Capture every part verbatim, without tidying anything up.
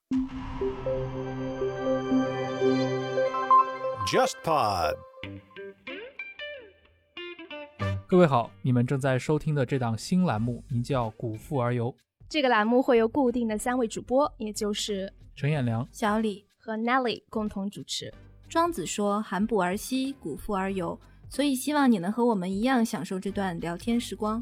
JustPod。 各位好，你们正在收听的这档新栏目名叫《古富而游》。 这个栏目会由固定的三位主播，也就是陈彦良、 小李和 Nelly 共同主持。 庄子说含哺而息，古富而游，所以希望你能和我们一样享受这段聊天时光。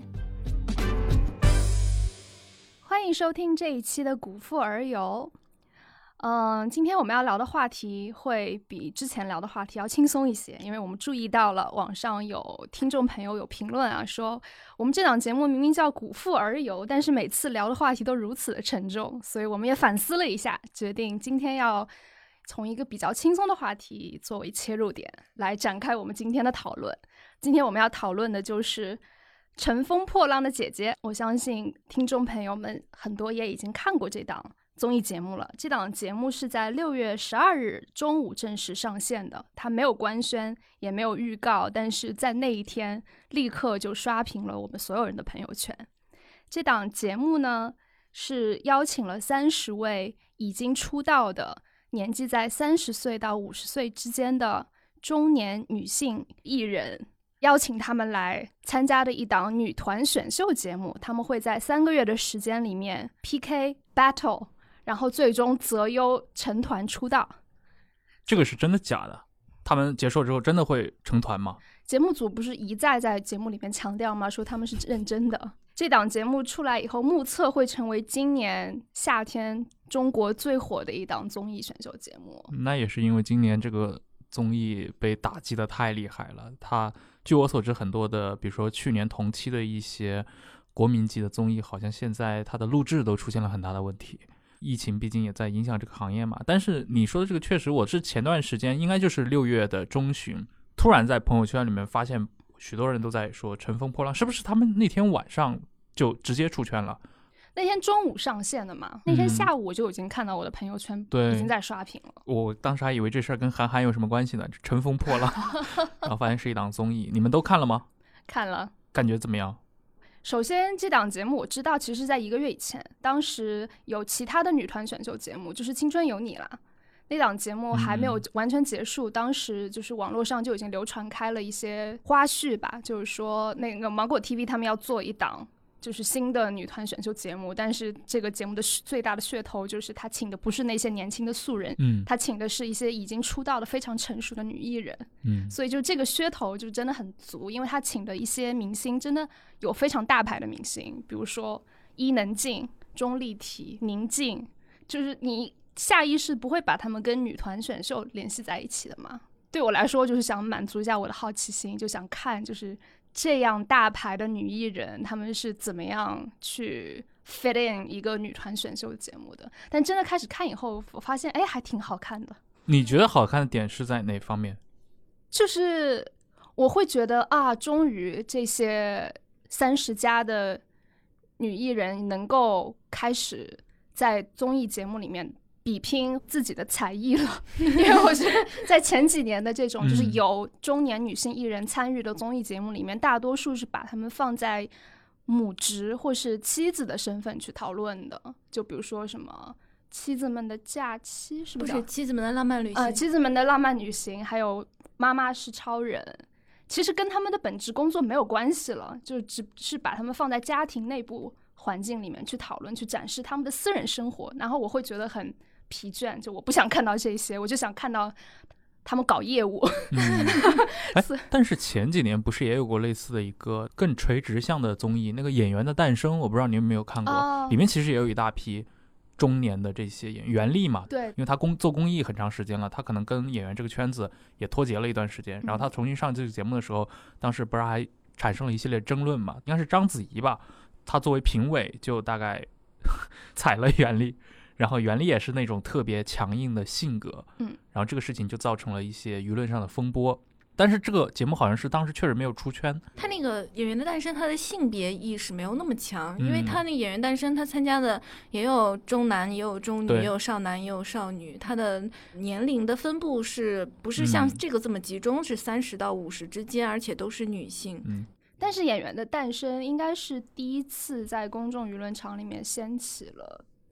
欢迎收听这一期的古富而游。嗯，今天我们要聊的话题会比之前聊的话题要轻松一些，因为我们注意到了网上有听众朋友有评论啊，说我们这档节目明明叫古富而游，但是每次聊的话题都如此的沉重，所以我们也反思了一下，决定今天要从一个比较轻松的话题作为切入点来展开我们今天的讨论。今天我们要讨论的就是乘风破浪的姐姐，我相信听众朋友们很多也已经看过这档综艺节目了。这档节目是在六月十二日中午正式上线的，它没有官宣也没有预告，但是在那一天立刻就刷屏了我们所有人的朋友圈。这档节目呢是邀请了三十位已经出道的年纪在三十岁到五十岁之间的中年女性艺人，邀请他们来参加的一档女团选秀节目。他们会在三个月的时间里面 P K battle， 然后最终择优成团出道。 这个是真的假的？他们结束之后真的会成团吗？ 节目组不是一再在节目里面强调吗？说他们是认真的。这档节目出来以后，目测会成为今年夏天中国最火的一档综艺选秀节目。 那也是因为今年这个综艺被打击的太厉害了。它据我所知，很多的比如说去年同期的一些国民级的综艺，好像现在它的录制都出现了很大的问题。疫情毕竟也在影响这个行业嘛。但是你说的这个确实，我是前段时间应该就是六月的中旬，突然在朋友圈里面发现许多人都在说乘风破浪，是不是他们那天晚上就直接出圈了？ 那天中午上线的嘛，那天下午我就已经看到我的朋友圈已经在刷屏了。 我当时还以为这事儿跟韩寒有什么关系呢，乘风破浪然后发现是一档综艺。你们都看了吗？ 看了。 感觉怎么样？ 首先这档节目我知道其实在一个月以前，当时有其他的女团选秀节目，就是青春有你啦，那档节目还没有完全结束、嗯、当时就是网络上就已经流传开了一些花絮吧，就是说那个芒果 T V 他们要做一档就是新的女团选秀节目，但是这个节目的最大的噱头就是他请的不是那些年轻的素人，嗯，他请的是一些已经出道的非常成熟的女艺人，嗯，所以就这个噱头就真的很足，因为他请的一些明星真的有非常大牌的明星，比如说伊能静、钟丽缇、宁静，就是你下意识不会把他们跟女团选秀联系在一起的嘛。对我来说就是想满足一下我的好奇心，就想看就是这样大牌的女艺人他们是怎么样去 fit in 一个女团选秀节目的。但真的开始看以后我发现哎，还挺好看的。 你觉得好看的点是在哪方面？ 就是我会觉得啊，终于这些三十加的女艺人能够开始在综艺节目里面比拼自己的才艺了因为我觉得在前几年的这种就是有中年女性艺人参与的综艺节目里面、嗯、大多数是把她们放在母职或是妻子的身份去讨论的，就比如说什么妻子们的假期，是不是？ 不是妻子们的浪漫旅行、 呃、妻子们的浪漫旅行，还有妈妈是超人，其实跟他们的本职工作没有关系了，就只是把他们放在家庭内部环境里面去讨论，去展示他们的私人生活，然后我会觉得很疲倦，就我不想看到这些，我就想看到他们搞业务、嗯哎、但是前几年不是也有过类似的一个更垂直向的综艺，那个演员的诞生，我不知道你有没有看过、哦、里面其实也有一大批中年的这些演员，袁立嘛， 对， 因为他工做公益很长时间了，他可能跟演员这个圈子也脱节了一段时间、嗯、然后他重新上这个节目的时候，当时不是还产生了一系列争论嘛，应该是章子怡吧，他作为评委就大概踩了袁立，然后袁立也是那种特别强硬的性格，嗯，然后这个事情就造成了一些舆论上的风波。但是这个节目好像是当时确实没有出圈。 他那个演员的诞生，他的性别意识没有那么强、嗯、因为他那个演员诞生，他参加的也有中男也有中女也有少男也有少女，他的年龄的分布是不是像这个这么集中、嗯、是三十到五十之间，而且都是女性。 嗯， 但是演员的诞生应该是第一次在公众舆论场里面掀起了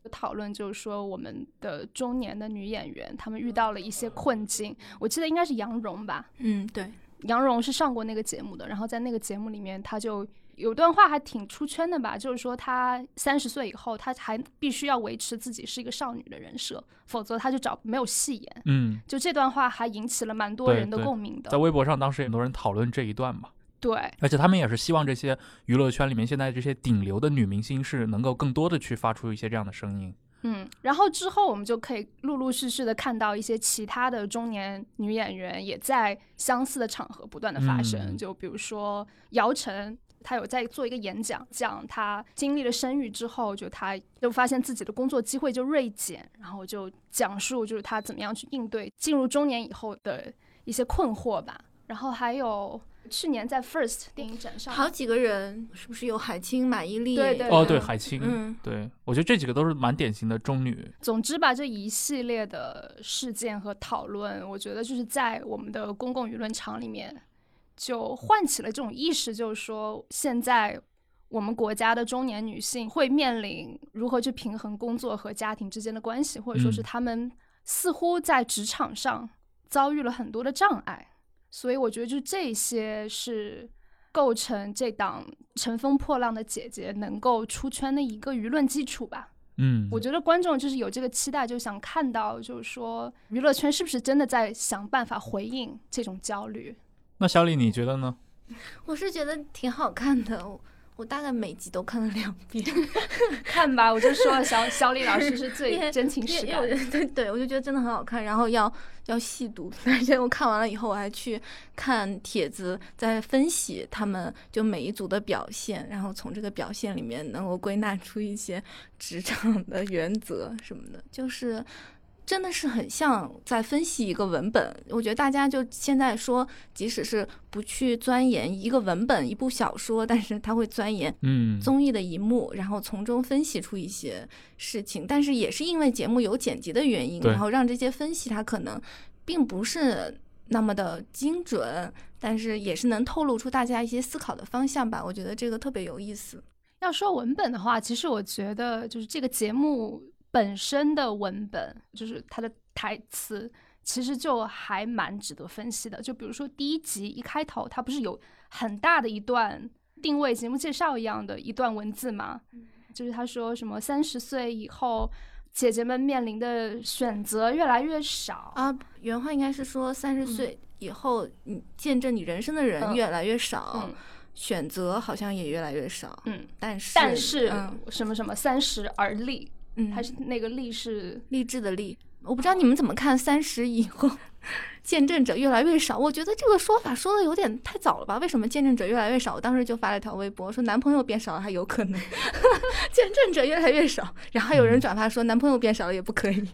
讨论就是说我们的中年的女演员她们遇到了一些困境，我记得应该是杨蓉吧， 嗯，对， 杨蓉是上过那个节目的，然后在那个节目里面她就有段话还挺出圈的吧，就是说她三十岁以后她还必须要维持自己是一个少女的人设，否则她就找没有戏演。 嗯， 就这段话还引起了蛮多人的共鸣的， 在微博上当时很多人讨论这一段嘛。 对， 而且他们也是希望这些娱乐圈里面现在这些顶流的女明星是能够更多的去发出一些这样的声音。 嗯，然后之后我们就可以陆陆续续的看到一些其他的中年女演员也在相似的场合不断的发生， 嗯、 就比如说姚晨，她有在做一个演讲，讲她经历了生育之后，就她就发现自己的工作机会就锐减，然后就讲述就是她怎么样去应对进入中年以后的一些困惑吧。然后还有去年在 First 电影展上， 好几个人，是不是有海清、马伊琍？ 对对哦，对，海清， 嗯， 对，我觉得这几个都是蛮典型的中女。 总之吧，这一系列的事件和讨论，我觉得就是在我们的公共舆论场里面，就唤起了这种意识，就是说现在我们国家的中年女性会面临如何去平衡工作和家庭之间的关系，或者说是她们似乎在职场上遭遇了很多的障碍。所以我觉得就这些是构成这档乘风破浪的姐姐能够出圈的一个舆论基础吧。 嗯， 我觉得观众就是有这个期待，就想看到就是说娱乐圈是不是真的在想办法回应这种焦虑。 那小李你觉得呢？ 我是觉得挺好看的，我我大概每集都看了两遍。 看吧，我就说了小小李老师是最真情实感。 对对，我就觉得真的很好看，然后要要细读，而且我看完了以后，我还去看帖子，在分析他们就每一组的表现，然后从这个表现里面能够归纳出一些职场的原则什么的，就是真的是很像在分析一个文本。我觉得大家就现在说，即使是不去钻研一个文本一部小说，但是他会钻研嗯综艺的一幕，然后从中分析出一些事情，但是也是因为节目有剪辑的原因，然后让这些分析它可能并不是那么的精准，但是也是能透露出大家一些思考的方向吧。我觉得这个特别有意思。 要说文本的话，其实我觉得就是这个节目本身的文本，就是它的台词，其实就还蛮值得分析的。就比如说第一集一开头，它不是有很大的一段定位节目介绍一样的一段文字吗？就是他说什么三十岁以后姐姐们面临的选择越来越少啊，原话应该是说三十岁以后你见证你人生的人越来越少、嗯嗯、选择好像也越来越少，嗯，但是但是、嗯、什么什么三十而立， 嗯， 还是那个励是励志的励。我不知道你们怎么看三十以后见证者越来越少，我觉得这个说法说的有点太早了吧？为什么见证者越来越少？我当时就发了一条微博说男朋友变少了还有可能见证者越来越少，然后还有人转发说男朋友变少了也不可以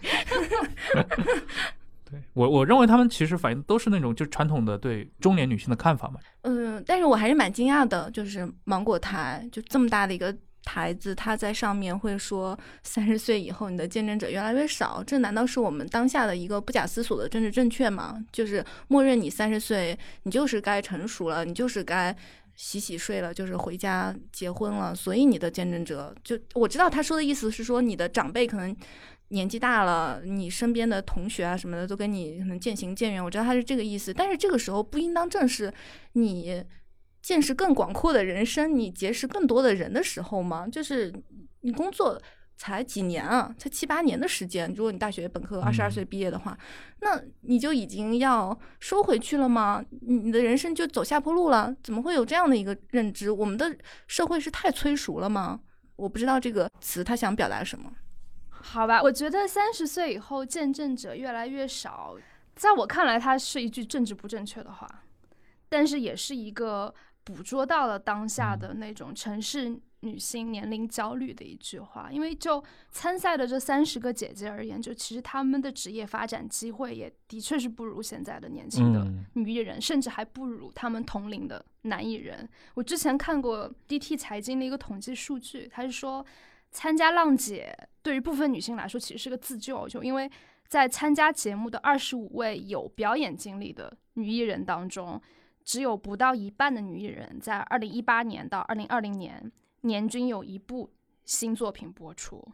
对，我我认为他们其实反映都是那种就是传统的对中年女性的看法嘛。 嗯，但是我还是蛮惊讶的，就是芒果台就这么大的一个台子，他在上面会说三十岁以后你的见证者越来越少，这难道是我们当下的一个不假思索的政治正确吗？就是默认你三十岁你就是该成熟了，你就是该洗洗睡了，就是回家结婚了，所以你的见证者就我知道他说的意思是说你的长辈可能年纪大了，你身边的同学啊什么的都跟你可能渐行渐远，我知道他是这个意思，但是这个时候不应当正是你见识更广阔的人生，你结识更多的人的时候吗？就是你工作才几年啊，才七八年的时间，如果你大学本科二十二岁毕业的话、嗯、那你就已经要收回去了吗？你的人生就走下坡路了？怎么会有这样的一个认知？我们的社会是太催熟了吗？我不知道这个词他想表达什么。 好吧，我觉得三十岁以后见证者越来越少，在我看来它是一句政治不正确的话，但是也是一个捕捉到了当下的那种城市女性年龄焦虑的一句话。因为就参赛的这三十个姐姐而言，就其实她们的职业发展机会也的确是不如现在的年轻的女艺人、嗯、甚至还不如她们同龄的男艺人。我之前看过 D T 财经的一个统计数据，他是说参加浪姐对于部分女性来说其实是个自救，就因为在参加节目的二十五位有表演经历的女艺人当中，只有不到一半的女艺人在二零一八年到二零二零年年均有一部新作品播出，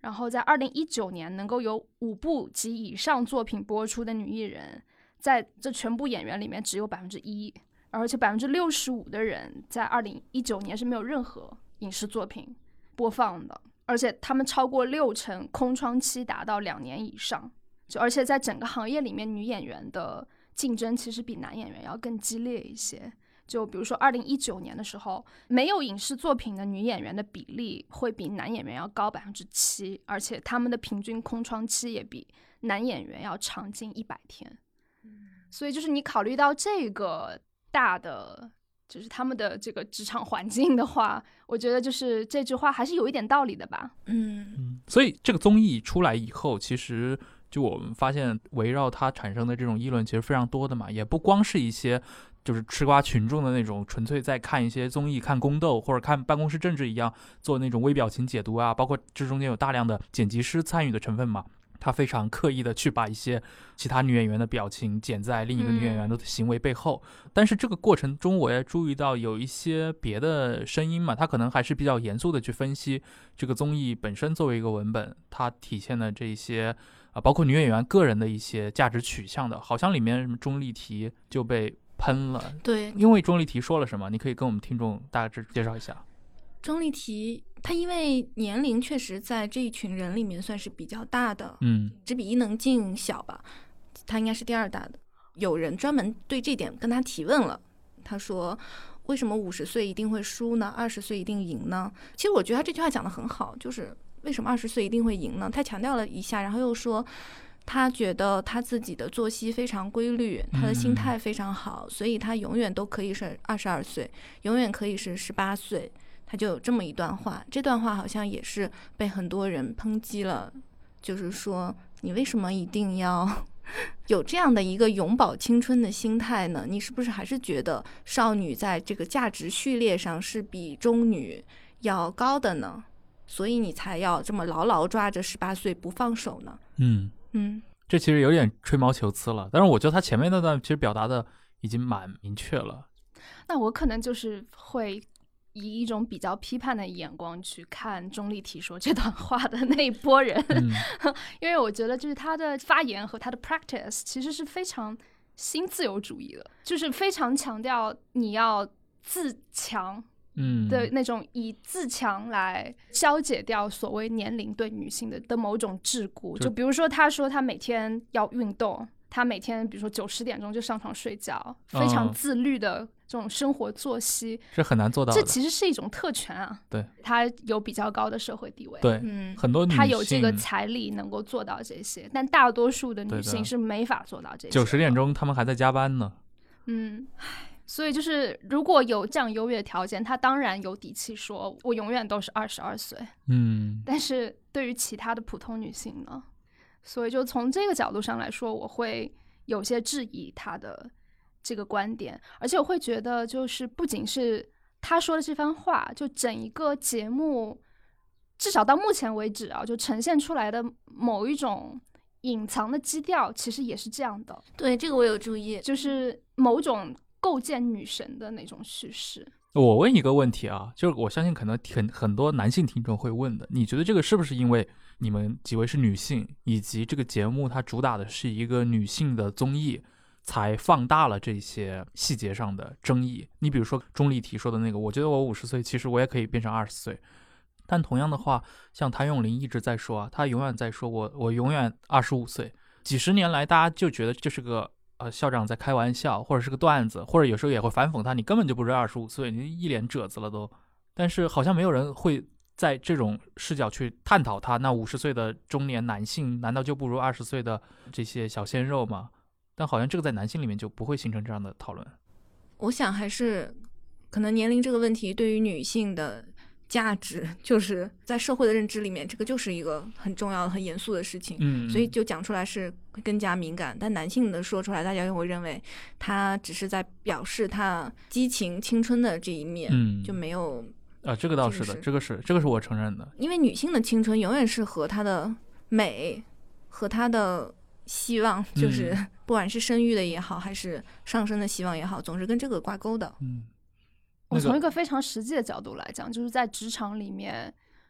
然后在二零一九年能够有五部及以上作品播出的女艺人，在这全部演员里面只有百分之一，而且百分之六十五的人在二零一九年是没有任何影视作品播放的，而且他们超过六成空窗期达到两年以上。就而且在整个行业里面，女演员的竞争其实比男演员要更激烈一些。就比如说二零一九年的时候，没有影视作品的女演员的比例会比男演员要高百分之七，而且他们的平均空窗期也比男演员要长近一百天。所以就是你考虑到这个大的就是他们的这个职场环境的话，我觉得就是这句话还是有一点道理的吧。 嗯嗯，所以这个综艺出来以后，其实就我们发现围绕它产生的这种议论其实非常多的嘛，也不光是一些就是吃瓜群众的那种纯粹在看一些综艺看宫斗或者看办公室政治一样做那种微表情解读啊，包括这中间有大量的剪辑师参与的成分嘛，他非常刻意的去把一些其他女演员的表情剪在另一个女演员的行为背后、嗯、但是这个过程中我也注意到有一些别的声音嘛，他可能还是比较严肃的去分析这个综艺本身作为一个文本，它体现的这些啊，包括女演员个人的一些价值取向的，好像里面什么钟丽缇就被喷了。 对， 因为钟丽缇说了什么？你可以跟我们听众大致介绍一下。 钟丽缇她因为年龄确实在这一群人里面算是比较大的， 嗯， 只比伊能静小吧，她应该是第二大的。有人专门对这点跟她提问了，她说为什么五十岁一定会输呢？二十岁一定赢呢？其实我觉得她这句话讲得很好，就是为什么二十岁一定会赢呢？他强调了一下，然后又说他觉得他自己的作息非常规律，他的心态非常好、嗯、所以他永远都可以是二十二岁，永远可以是十八岁。他就有这么一段话，这段话好像也是被很多人抨击了，就是说你为什么一定要有这样的一个永葆青春的心态呢？你是不是还是觉得少女在这个价值序列上是比中女要高的呢？所以你才要这么牢牢抓着十八岁不放手呢？ 嗯嗯， 这其实有点吹毛求疵了，但是我觉得他前面那段其实表达的已经蛮明确了。 那我可能就是会以一种比较批判的眼光去看钟丽缇说这段话的那一波人、嗯、因为我觉得就是他的发言和他的 practice 其实是非常新自由主义的，就是非常强调你要自强的那种，以自强来消解掉所谓年龄对女性的的某种桎梏。就比如说他说他每天要运动，他每天比如说九十点钟就上床睡觉，非常自律的这种生活作息、 哦、是很难做到的。 这其实是一种特权啊， 对， 他有比较高的社会地位， 对， 嗯， 很多女性他有这个财力能够做到这些，但大多数的女性是没法做到这些。 九十点钟他们还在加班呢。 嗯，所以就是如果有这样优越的条件，他当然有底气说我永远都是二十二岁。 嗯， 但是对于其他的普通女性呢？所以就从这个角度上来说，我会有些质疑他的这个观点，而且我会觉得就是不仅是他说的这番话，就整一个节目至少到目前为止啊，就呈现出来的某一种隐藏的基调其实也是这样的。 对，这个我有注意， 就是某种构建女神的那种叙事。 我问一个问题啊，就是我相信可能很很多男性听众会问的，你觉得这个是不是因为你们几位是女性，以及这个节目它主打的是一个女性的综艺，才放大了这些细节上的争议？你比如说钟丽缇说的那个，我觉得我五十岁其实我也可以变成二十岁，但同样的话，像谭咏麟一直在说啊，他永远在说我我永远二十五岁，几十年来大家就觉得这是个呃校长在开玩笑，或者是个段子，或者有时候也会反讽他，你根本就不是二十五岁，你一脸褶子了都。但是好像没有人会在这种视角去探讨他，那五十岁的中年男性难道就不如二十岁的这些小鲜肉吗？但好像这个在男性里面就不会形成这样的讨论。 我想还是可能年龄这个问题对于女性的价值，就是在社会的认知里面，这个就是一个很重要的很严肃的事情， 嗯， 所以就讲出来是更加敏感。但男性的说出来，大家就会认为他只是在表示他激情青春的这一面， 嗯， 就没有啊，这个倒是的，这个是这个是我承认的。 因为女性的青春永远是和她的美和她的希望，就是不管是生育的也好，还是上升的希望也好，总是跟这个挂钩的。 嗯， 我从一个非常实际的角度来讲，就是在职场里面，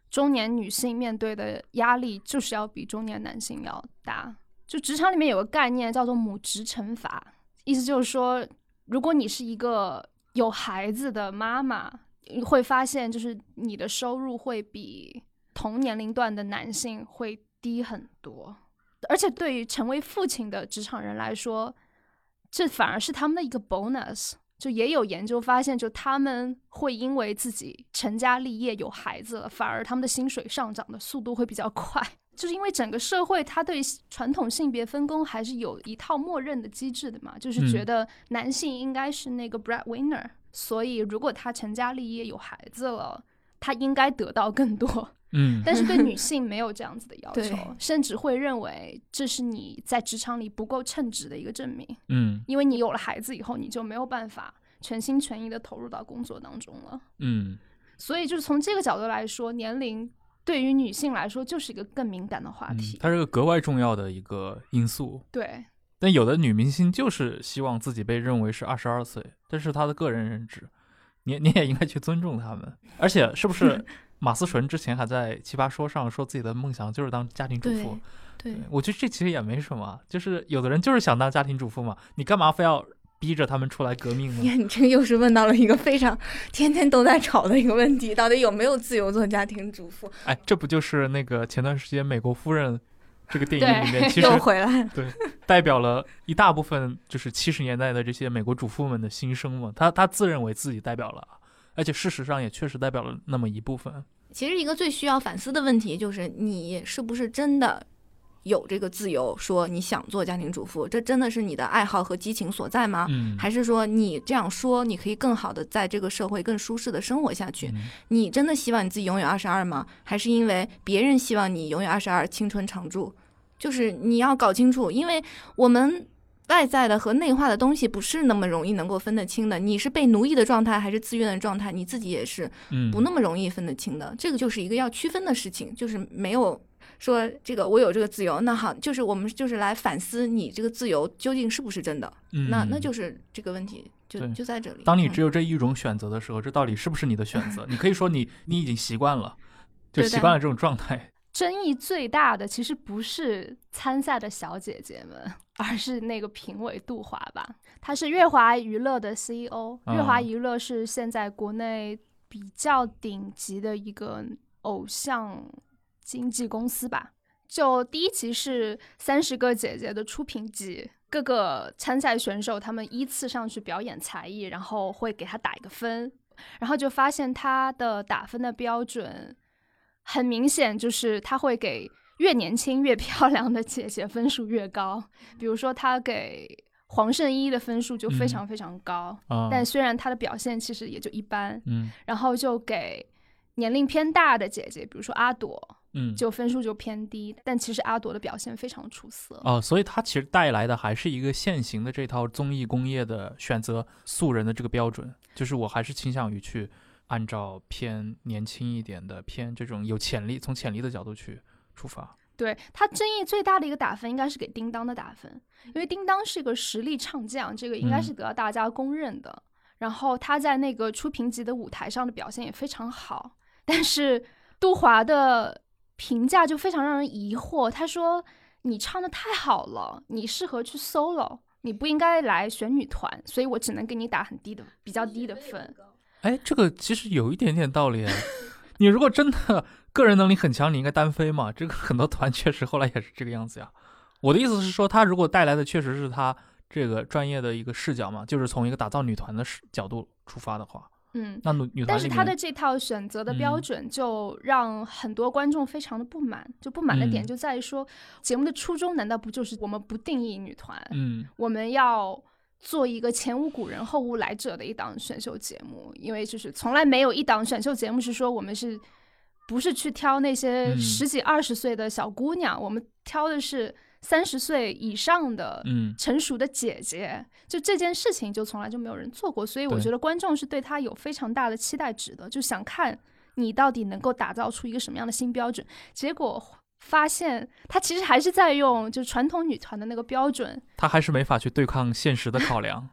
中年女性面对的压力就是要比中年男性要大。就职场里面有个概念叫做母职惩罚，意思就是说，如果你是一个有孩子的妈妈，你会发现就是你的收入会比同年龄段的男性会低很多，而且对于成为父亲的职场人来说，这反而是他们的一个 bonus。 就也有研究发现，就他们会因为自己成家立业有孩子了，反而他们的薪水上涨的速度会比较快，就是因为整个社会它对传统性别分工还是有一套默认的机制的嘛，就是觉得男性应该是那个 breadwinner、嗯、所以如果他成家立业有孩子了，他应该得到更多。 嗯， 但是对女性没有这样子的要求甚至会认为这是你在职场里不够称职的一个证明。 嗯， 因为你有了孩子以后，你就没有办法全心全意的投入到工作当中了。 嗯， 所以就是从这个角度来说，年龄对于女性来说就是一个更敏感的话题、 嗯、它是个格外重要的一个因素。 对， 但有的女明星就是希望自己被认为是二十二岁，这是她的个人认知，你你也应该去尊重他们。而且是不是马思纯之前还在奇葩说上说自己的梦想就是当家庭主妇？ 对, 对我觉得这其实也没什么，就是有的人就是想当家庭主妇嘛，你干嘛非要逼着他们出来革命呢？ 你这个又是问到了一个非常天天都在吵的一个问题，到底有没有自由做家庭主妇？ 哎，这不就是那个前段时间美国夫人这个电影里面其实又回来了， 对，代表了一大部分就是七十年代的这些美国主妇们的心声嘛。他他自认为自己代表了，而且事实上也确实代表了那么一部分。 其实一个最需要反思的问题就是你是不是真的有这个自由说你想做家庭主妇，这真的是你的爱好和激情所在吗、 嗯、 还是说你这样说你可以更好的在这个社会更舒适的生活下去、嗯、你真的希望你自己永远二十二吗？还是因为别人希望你永远二十二青春常驻？就是你要搞清楚，因为我们外在的和内化的东西不是那么容易能够分得清的，你是被奴役的状态还是自愿的状态，你自己也是不那么容易分得清的、嗯、这个就是一个要区分的事情，就是没有说这个我有这个自由，那好，就是我们就是来反思你这个自由究竟是不是真的、嗯、那那就是这个问题就就在这里。 当你只有这一种选择的时候、嗯、这到底是不是你的选择？你可以说你你已经习惯了，就习惯了这种状态。 争议最大的其实不是参赛的小姐姐们，而是那个评委杜华吧。她是乐华娱乐的 C E O、哦、乐华娱乐是现在国内比较顶级的一个偶像经纪公司吧。就第一集是三十个姐姐的出评集，各个参赛选手他们依次上去表演才艺，然后会给他打一个分，然后就发现他的打分的标准很明显，就是他会给越年轻越漂亮的姐姐分数越高。比如说他给黄圣依的分数就非常非常高、嗯、但虽然她的表现其实也就一般、嗯、然后就给年龄偏大的姐姐，比如说阿朵，嗯，就分数就偏低，但其实阿朵的表现非常出色哦，所以它其实带来的还是一个现行的这套综艺工业的选择素人的这个标准，就是我还是倾向于去按照偏年轻一点的偏这种有潜力，从潜力的角度去出发。 对，他争议最大的一个打分应该是给叮当的打分，因为叮当是个实力唱将，这个应该是得到大家公认的、嗯、然后他在那个出评级的舞台上的表现也非常好，但是杜华的评价就非常让人疑惑，他说你唱得太好了，你适合去 solo， 你不应该来选女团，所以我只能给你打很低的比较低的分。 哎，这个其实有一点点道理你如果真的个人能力很强，你应该单飞嘛，这个很多团确实后来也是这个样子呀。我的意思是说，他如果带来的确实是他这个专业的一个视角嘛，就是从一个打造女团的角度出发的话，嗯，那女团但是他的这套选择的标准就让很多观众非常的不满、嗯、就不满的点就在于说、嗯、节目的初衷难道不就是我们不定义女团，嗯，我们要做一个前无古人后无来者的一档选秀节目，因为就是从来没有一档选秀节目是说我们是不是去挑那些十几二十岁的小姑娘、嗯、我们挑的是三十岁以上的成熟的姐姐、嗯、就这件事情就从来就没有人做过，所以我觉得观众是对他有非常大的期待值的，就想看你到底能够打造出一个什么样的新标准，结果发现他其实还是在用就传统女团的那个标准， 他还是没法去对抗现实的考量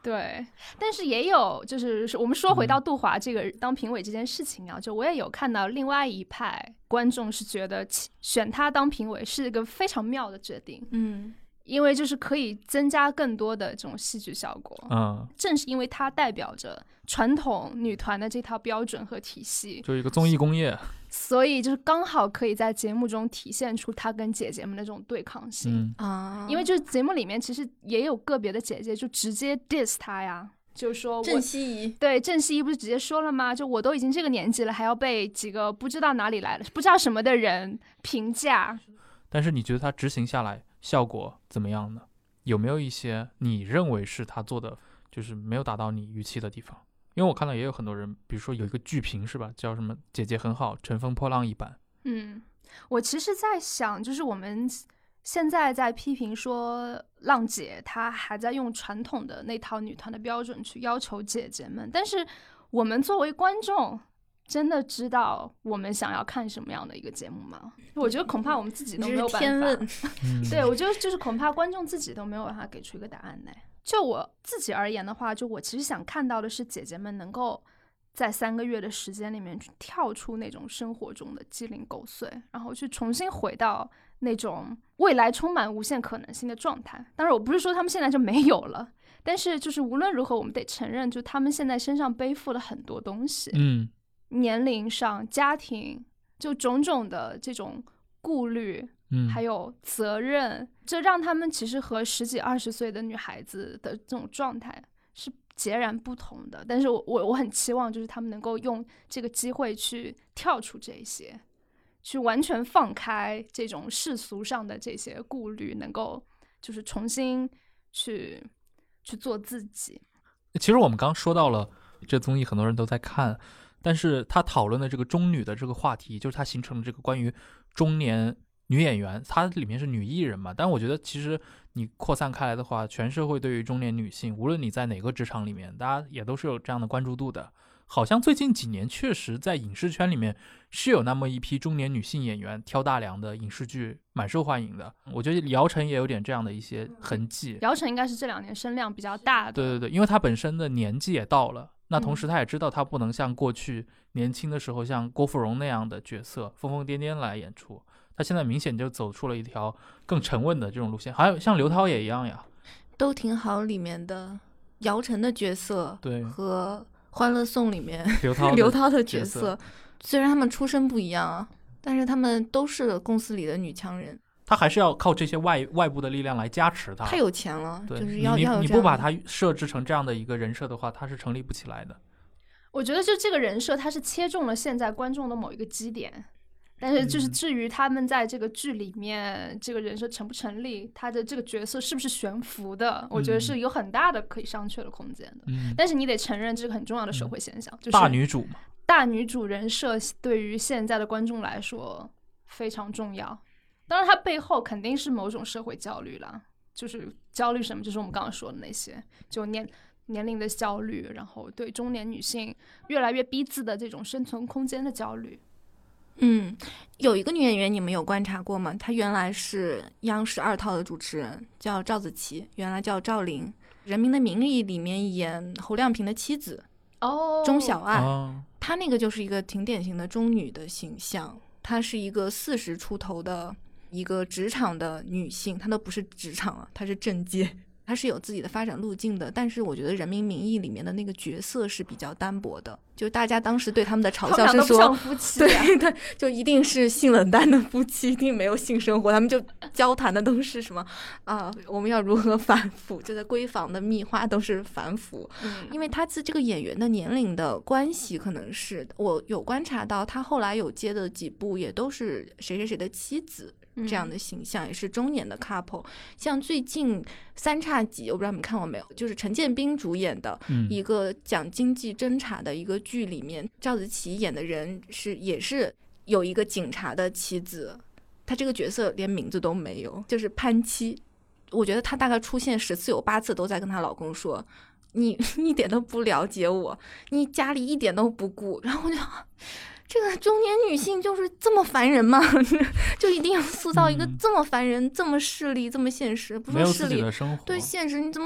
对，但是也有就是我们说回到杜华这个当评委这件事情啊，嗯、就我也有看到另外一派观众是觉得选他当评委是一个非常妙的决定， 嗯， 因为就是可以增加更多的这种戏剧效果， 嗯， 正是因为它代表着传统女团的这套标准和体系， 就一个综艺工业， 所以就是刚好可以在节目中体现出她跟姐姐们的这种对抗性啊、 嗯，因为就是节目里面其实也有个别的姐姐就直接 diss 她呀，就是说郑希怡， 对，郑希怡不是直接说了吗？就我都已经这个年纪了，还要被几个不知道哪里来的不知道什么的人评价。 但是你觉得她执行下来效果怎么样呢？有没有一些你认为是她做的就是没有达到你预期的地方？因为我看到也有很多人，比如说有一个剧评是吧，叫什么姐姐很好，乘风破浪一般。 嗯，我其实在想，就是我们现在在批评说浪姐她还在用传统的那套女团的标准去要求姐姐们，但是我们作为观众真的知道我们想要看什么样的一个节目吗？我觉得恐怕我们自己都没有办法。对，我觉得就是恐怕观众自己都没有办法给出一个答案来。就我自己而言的话，就我其实想看到的是姐姐们能够在三个月的时间里面去跳出那种生活中的鸡零狗碎，然后去重新回到那种未来充满无限可能性的状态。当然我不是说他们现在就没有了，但是就是无论如何我们得承认，就他们现在身上背负了很多东西， 嗯， 年龄上、家庭，就种种的这种顾虑， 嗯， 还有责任，这让他们其实和十几二十岁的女孩子的这种状态是截然不同的。但是我我我很期望就是他们能够用这个机会去跳出这些，去完全放开这种世俗上的这些顾虑，能够就是重新去去做自己。 其实我们刚说到了这综艺很多人都在看，但是他讨论的这个中女的这个话题，就是他形成了这个关于中年女演员，它里面是女艺人嘛，但我觉得其实你扩散开来的话，全社会对于中年女性，无论你在哪个职场里面，大家也都是有这样的关注度的。好像最近几年确实在影视圈里面是有那么一批中年女性演员挑大梁的影视剧蛮受欢迎的，我觉得姚晨也有点这样的一些痕迹。 姚晨应该是这两年声量比较大的， 对对对，因为她本身的年纪也到了，那同时她也知道她不能像过去年轻的时候像郭芙蓉那样的角色疯疯癫癫来演出，她现在明显就走出了一条更沉稳的这种路线。还有像刘涛也一样呀， 都挺好里面的姚晨的角色， 对， 和欢乐颂里面刘涛刘涛的角角色， 虽然他们出身不一样啊，但是他们都是公司里的女强人。 他还是要靠这些外外部的力量来加持他。 太有钱了， 对， 就是要你要有你不把他设置成这样的一个人设的话，他是成立不起来的。 我觉得就这个人设，他是切中了现在观众的某一个基点，但是就是至于他们在这个剧里面、嗯、这个人设成不成立，他的这个角色是不是悬浮的，我觉得是有很大的可以商榷的空间的。 嗯， 但是你得承认这个很重要的社会现象， 嗯、 就是大女主嘛， 大女主人设对于现在的观众来说非常重要。当然，它背后肯定是某种社会焦虑啦，就是焦虑什么，就是我们刚刚说的那些，就年年龄的焦虑，然后对中年女性越来越逼自的这种生存空间的焦虑。 嗯，有一个女演员你们有观察过吗？她原来是央视二套的主持人，叫赵子琪，原来叫赵琳，《人民的名义》里面演侯亮平的妻子哦， 钟晓爱， 哦， 她那个就是一个挺典型的中女的形象，她是一个四十出头的一个职场的女性，她都不是职场啊，她是政界，她是有自己的发展路径的。但是我觉得《人民名义》里面的那个角色是比较单薄的，就大家当时对他们的嘲笑是说， 夫妻啊、 对对，就一定是性冷淡的夫妻，一定没有性生活，他们就交谈的都是什么啊？我们要如何反腐？就在闺房的蜜话都是反腐。 嗯， 因为他是这个演员的年龄的关系，可能是我有观察到，他后来有接的几部也都是谁谁谁的妻子。这样的形象也是中年的 couple， 像最近三叉戟，我不知道你们看过没有，就是陈建斌主演的一个讲经济侦查的一个剧里面，嗯、赵子琪演的人是也是有一个警察的妻子，他这个角色连名字都没有，就是潘妻。我觉得她大概出现十次有八次都在跟她老公说，你一点都不了解我，你家里一点都不顾，然后我就。这个中年女性就是这么烦人吗？就一定要塑造一个这么烦人、嗯、这么势利、这么现实？不说势利， 没有自己的生活， 对现实，你怎么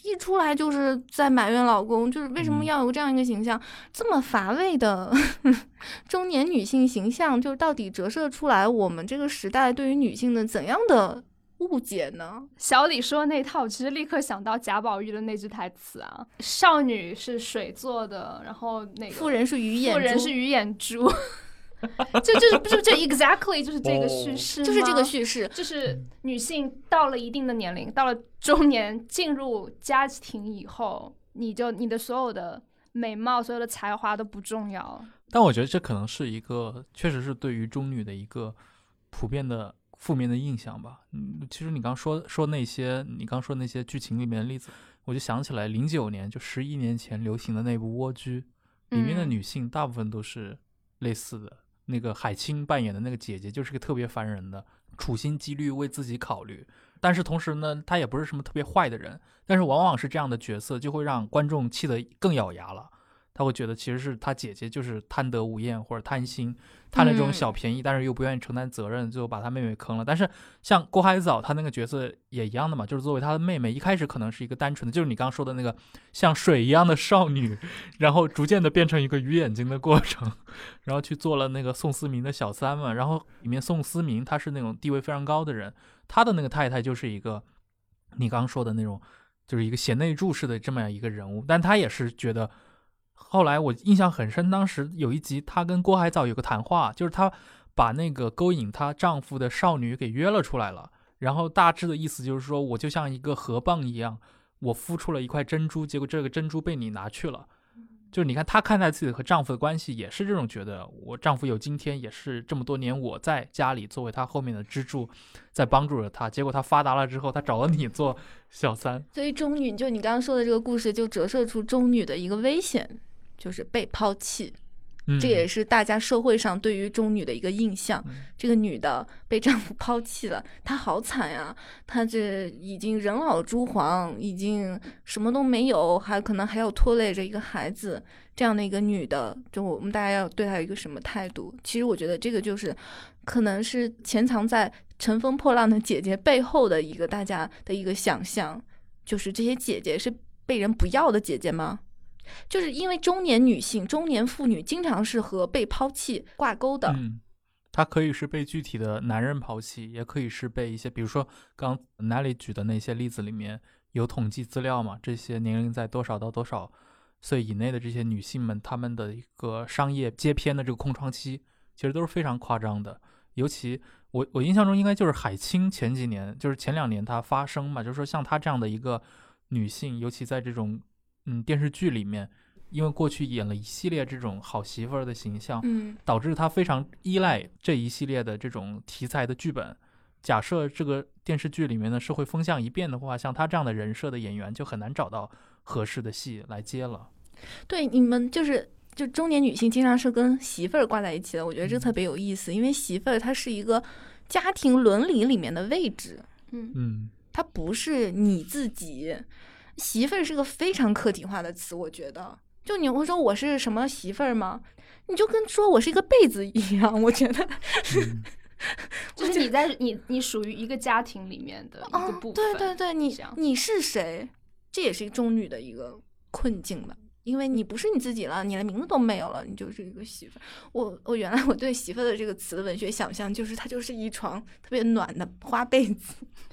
一出来就是在埋怨老公，就是为什么要有这样一个形象，嗯、这么乏味的中年女性形象，就到底折射出来我们这个时代对于女性的怎样的误解呢？ 小李说的那套，其实立刻想到贾宝玉的那句台词啊：“少女是水做的，然后那个妇人是鱼眼珠， 妇人是鱼眼珠。”就就是不是就 exactly 就是这个叙事、哦， 就是这个叙事， 就是女性到了一定的年龄，到了中年，进入家庭以后，你就你的所有的美貌、所有的才华都不重要了。 但我觉得这可能是一个，确实是对于中女的一个普遍的负面的印象吧。嗯，其实你刚说说那些，你刚说那些剧情里面的例子，我就想起来零九年就十一年前流行的那部《蜗居》，里面的女性大部分都是类似的。嗯，那个海清扮演的那个姐姐就是个特别烦人的，处心积虑为自己考虑，但是同时呢，她也不是什么特别坏的人，但是往往是这样的角色就会让观众气得更咬牙了。他会觉得其实是他姐姐就是贪得无厌或者贪心，贪了这种小便宜，嗯、但是又不愿意承担责任，最后把他妹妹坑了。但是像郭海藻他那个角色也一样的嘛，就是作为他的妹妹，一开始可能是一个单纯的，就是你刚刚说的那个像水一样的少女，然后逐渐的变成一个鱼眼睛的过程，然后去做了那个宋思明的小三嘛。然后里面宋思明他是那种地位非常高的人，他的那个太太就是一个你刚刚说的那种，就是一个贤内助式的这么样一个人物，但他也是觉得。后来我印象很深，当时有一集她跟郭海藻有个谈话，就是她把那个勾引她丈夫的少女给约了出来了，然后大致的意思就是说，我就像一个河蚌一样，我孵出了一块珍珠，结果这个珍珠被你拿去了。就是你看她看待自己和丈夫的关系也是这种觉得，我丈夫有今天也是这么多年我在家里作为他后面的支柱，在帮助着他，结果他发达了之后他找了你做小三。 所以中女就你刚刚说的这个故事就折射出中女的一个危险，就是被抛弃。嗯、这也是大家社会上对于中女的一个印象、嗯、这个女的被丈夫抛弃了，她好惨呀，她这已经人老珠黄，已经什么都没有，还可能还要拖累着一个孩子，这样的一个女的，就我们大家要对她有一个什么态度。其实我觉得这个就是可能是潜藏在乘风破浪的姐姐背后的一个大家的一个想象，就是这些姐姐是被人不要的姐姐吗？就是因为中年女性、中年妇女经常是和被抛弃挂钩的。 嗯，她可以是被具体的男人抛弃，也可以是被一些，比如说刚 Nelly 举的那些例子里面有统计资料嘛，这些年龄在多少到多少岁以内的这些女性们，她们的一个商业接片的这个空窗期，其实都是非常夸张的。尤其我我印象中应该就是海清前几年，就是前两年她发生嘛，就是说像她这样的一个女性，尤其在这种嗯，电视剧里面，因为过去演了一系列这种好媳妇儿的形象， 嗯， 导致他非常依赖这一系列的这种题材的剧本。假设这个电视剧里面的社会风向一变的话，像他这样的人设的演员就很难找到合适的戏来接了。 对，你们就是就中年女性经常是跟媳妇儿挂在一起的，我觉得这特别有意思，嗯、因为媳妇儿它是一个家庭伦理里面的位置， 嗯嗯， 它不是你自己。媳妇儿是个非常客体化的词，我觉得，就你会说我是什么媳妇儿吗？你就跟说我是一个被子一样，我觉得， 嗯、 就是你在你你属于一个家庭里面的一个部分。哦、 对对对，你你是谁？这也是中女的一个困境吧。因为你不是你自己了，你连名字都没有了，你就是一个媳妇。我我原来我对媳妇的这个词的文学想象就是它就是一床特别暖的花被子。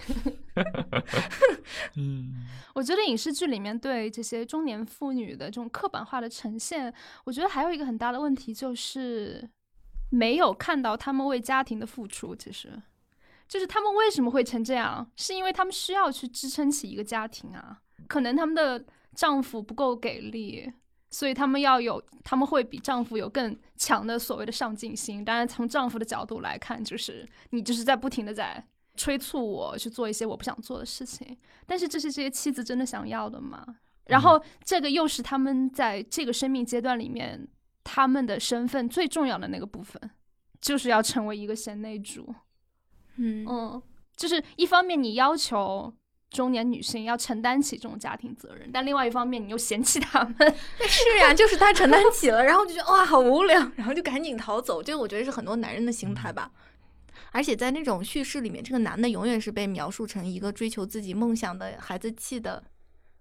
嗯， 我觉得影视剧里面对这些中年妇女的这种刻板化的呈现，我觉得还有一个很大的问题就是没有看到他们为家庭的付出。其实就是他们为什么会成这样，是因为他们需要去支撑起一个家庭啊，可能他们的丈夫不够给力，所以他们要有，他们会比丈夫有更强的所谓的上进心。当然从丈夫的角度来看，就是你就是在不停的在催促我去做一些我不想做的事情，但是这是这些妻子真的想要的吗？然后这个又是他们在这个生命阶段里面他们的身份最重要的那个部分，就是要成为一个贤内助。 嗯嗯，就是一方面你要求中年女性要承担起这种家庭责任，但另外一方面你又嫌弃他们。 是呀、啊，就是他承担起了，然后就觉得哇好无聊，然后就赶紧逃走。这个我觉得是很多男人的心态吧。而且在那种叙事里面，这个男的永远是被描述成一个追求自己梦想的孩子气的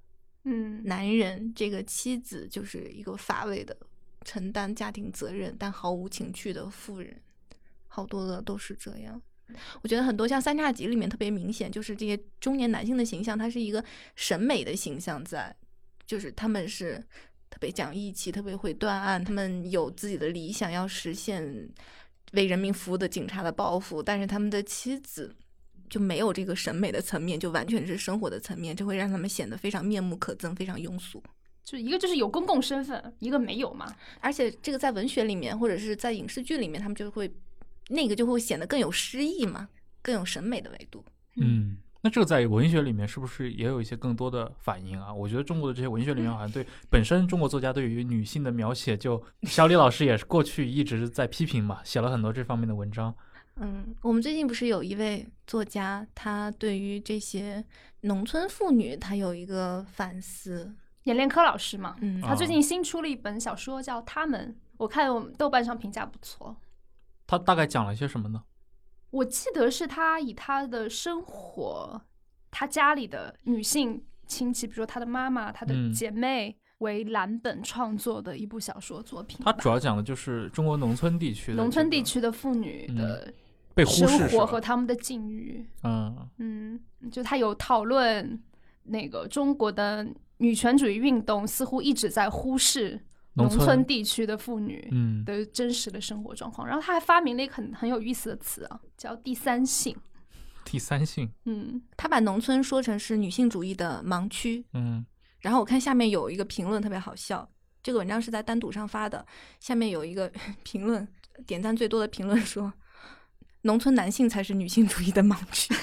嗯， 男人这个妻子就是一个乏味的承担家庭责任但毫无情趣的妇人，好多的都是这样。我觉得很多像三叉戟里面特别明显，就是这些中年男性的形象，它是一个审美的形象在，就是他们是特别讲义气，特别会断案，他们有自己的理想要实现，为人民服务的警察的抱负，但是他们的妻子就没有这个审美的层面，就完全是生活的层面，这会让他们显得非常面目可憎，非常庸俗。 就一个就是有公共身份，一个没有嘛。 而且这个在文学里面或者是在影视剧里面，他们就会那个就会显得更有诗意嘛，更有审美的维度。 嗯，那这个在文学里面是不是也有一些更多的反应啊？我觉得中国的这些文学里面好像对本身中国作家对于女性的描写，就小李老师也是过去一直在批评嘛，写了很多这方面的文章。 嗯，我们最近不是有一位作家，他对于这些农村妇女他有一个反思， 阎连科老师嘛， 嗯， 他最近新出了一本小说叫《他们》，我看我们豆瓣上评价不错。 他大概讲了些什么呢？ 我记得是他以他的生活，他家里的女性亲戚，比如说他的妈妈、他的姐妹为蓝本创作的一部小说作品。 他主要讲的就是中国农村地区的、这个、 农村地区的妇女的、 嗯、被忽视生活和他们的境遇。 嗯嗯，就他有讨论那个中国的女权主义运动似乎一直在忽视农村地区的妇女的真实的生活状况、嗯、然后他还发明了一个很很有意思的词啊，叫第三性。 第三性， 嗯， 他把农村说成是女性主义的盲区。 嗯， 然后我看下面有一个评论特别好笑，这个文章是在单独上发的，下面有一个评论，点赞最多的评论说，农村男性才是女性主义的盲区。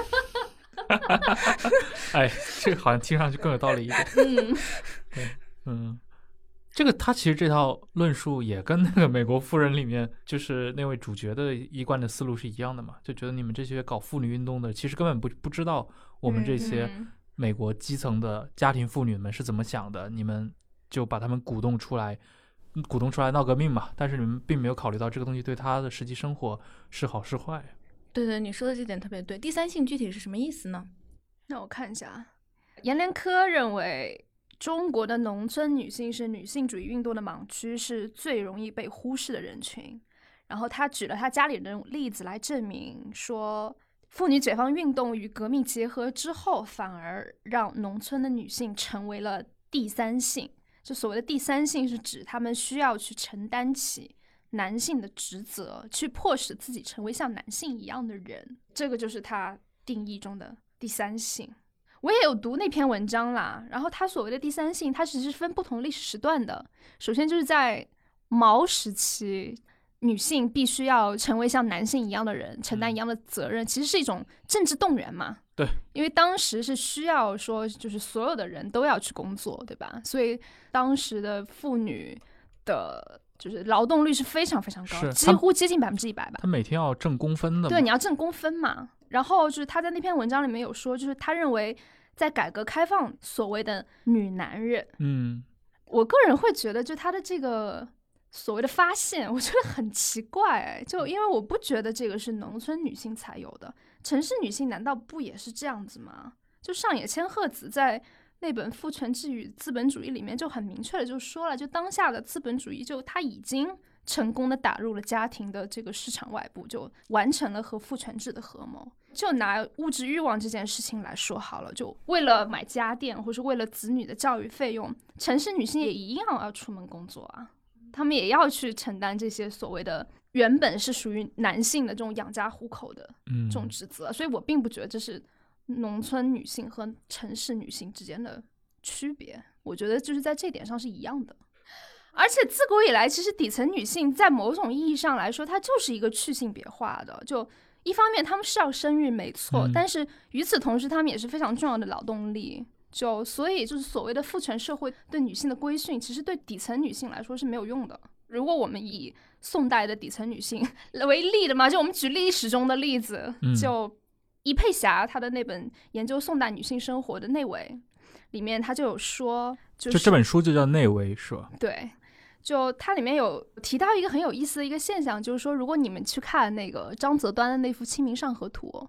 哎，这个好像听上去更有道理一点。 嗯， 对，嗯，这个他其实这套论述也跟那个美国妇人里面就是那位主角的一贯的思路是一样的嘛，就觉得你们这些搞妇女运动的其实根本不不知道我们这些美国基层的家庭妇女们是怎么想的，你们就把他们鼓动出来鼓动出来闹革命嘛，但是你们并没有考虑到这个东西对他的实际生活是好是坏。 对对，你说的这点特别对。第三性具体是什么意思呢？ 那我看一下，阎连科认为中国的农村女性是女性主义运动的盲区，是最容易被忽视的人群。然后他举了他家里人例子来证明说，妇女解放运动与革命结合之后，反而让农村的女性成为了第三性。就所谓的第三性是指她们需要去承担起男性的职责，去迫使自己成为像男性一样的人，这个就是他定义中的第三性。我也有读那篇文章啦，然后他所谓的第三性，它其实是分不同历史时段的。首先就是在毛时期，女性必须要成为像男性一样的人，承担一样的责任，其实是一种政治动员嘛。 对， 因为当时是需要说，就是所有的人都要去工作，对吧？所以当时的妇女的就是劳动率是非常非常高，几乎接近百分之一百吧。 他每天要挣工分的嘛。 对，你要挣工分嘛。然后就是他在那篇文章里面有说，就是他认为在改革开放所谓的女男人， 嗯， 我个人会觉得就他的这个所谓的发现，我觉得很奇怪，就因为我不觉得这个是农村女性才有的，城市女性难道不也是这样子吗？就上野千鹤子在那本《父权制与资本主义》里面就很明确的就说了，就当下的资本主义就它已经成功的打入了家庭的这个市场外部，就完成了和父权制的合谋。就拿物质欲望这件事情来说好了，就为了买家电或是为了子女的教育费用，城市女性也一样要出门工作啊，她们也要去承担这些所谓的原本是属于男性的这种养家糊口的这种职责、嗯、所以我并不觉得这是农村女性和城市女性之间的区别，我觉得就是在这点上是一样的。而且自古以来其实底层女性在某种意义上来说它就是一个去性别化的，就一方面她们是要生育没错、嗯、但是与此同时她们也是非常重要的劳动力，就所以就是所谓的父权社会对女性的规训其实对底层女性来说是没有用的。如果我们以宋代的底层女性为例的嘛，就我们举历史中的例子、嗯、就易佩霞她的那本研究宋代女性生活的内围里面她就有说、就是、 就这本书就叫内围是吧？ 对，就它里面有提到一个很有意思的一个现象，就是说如果你们去看那个张择端的那幅清明上河图，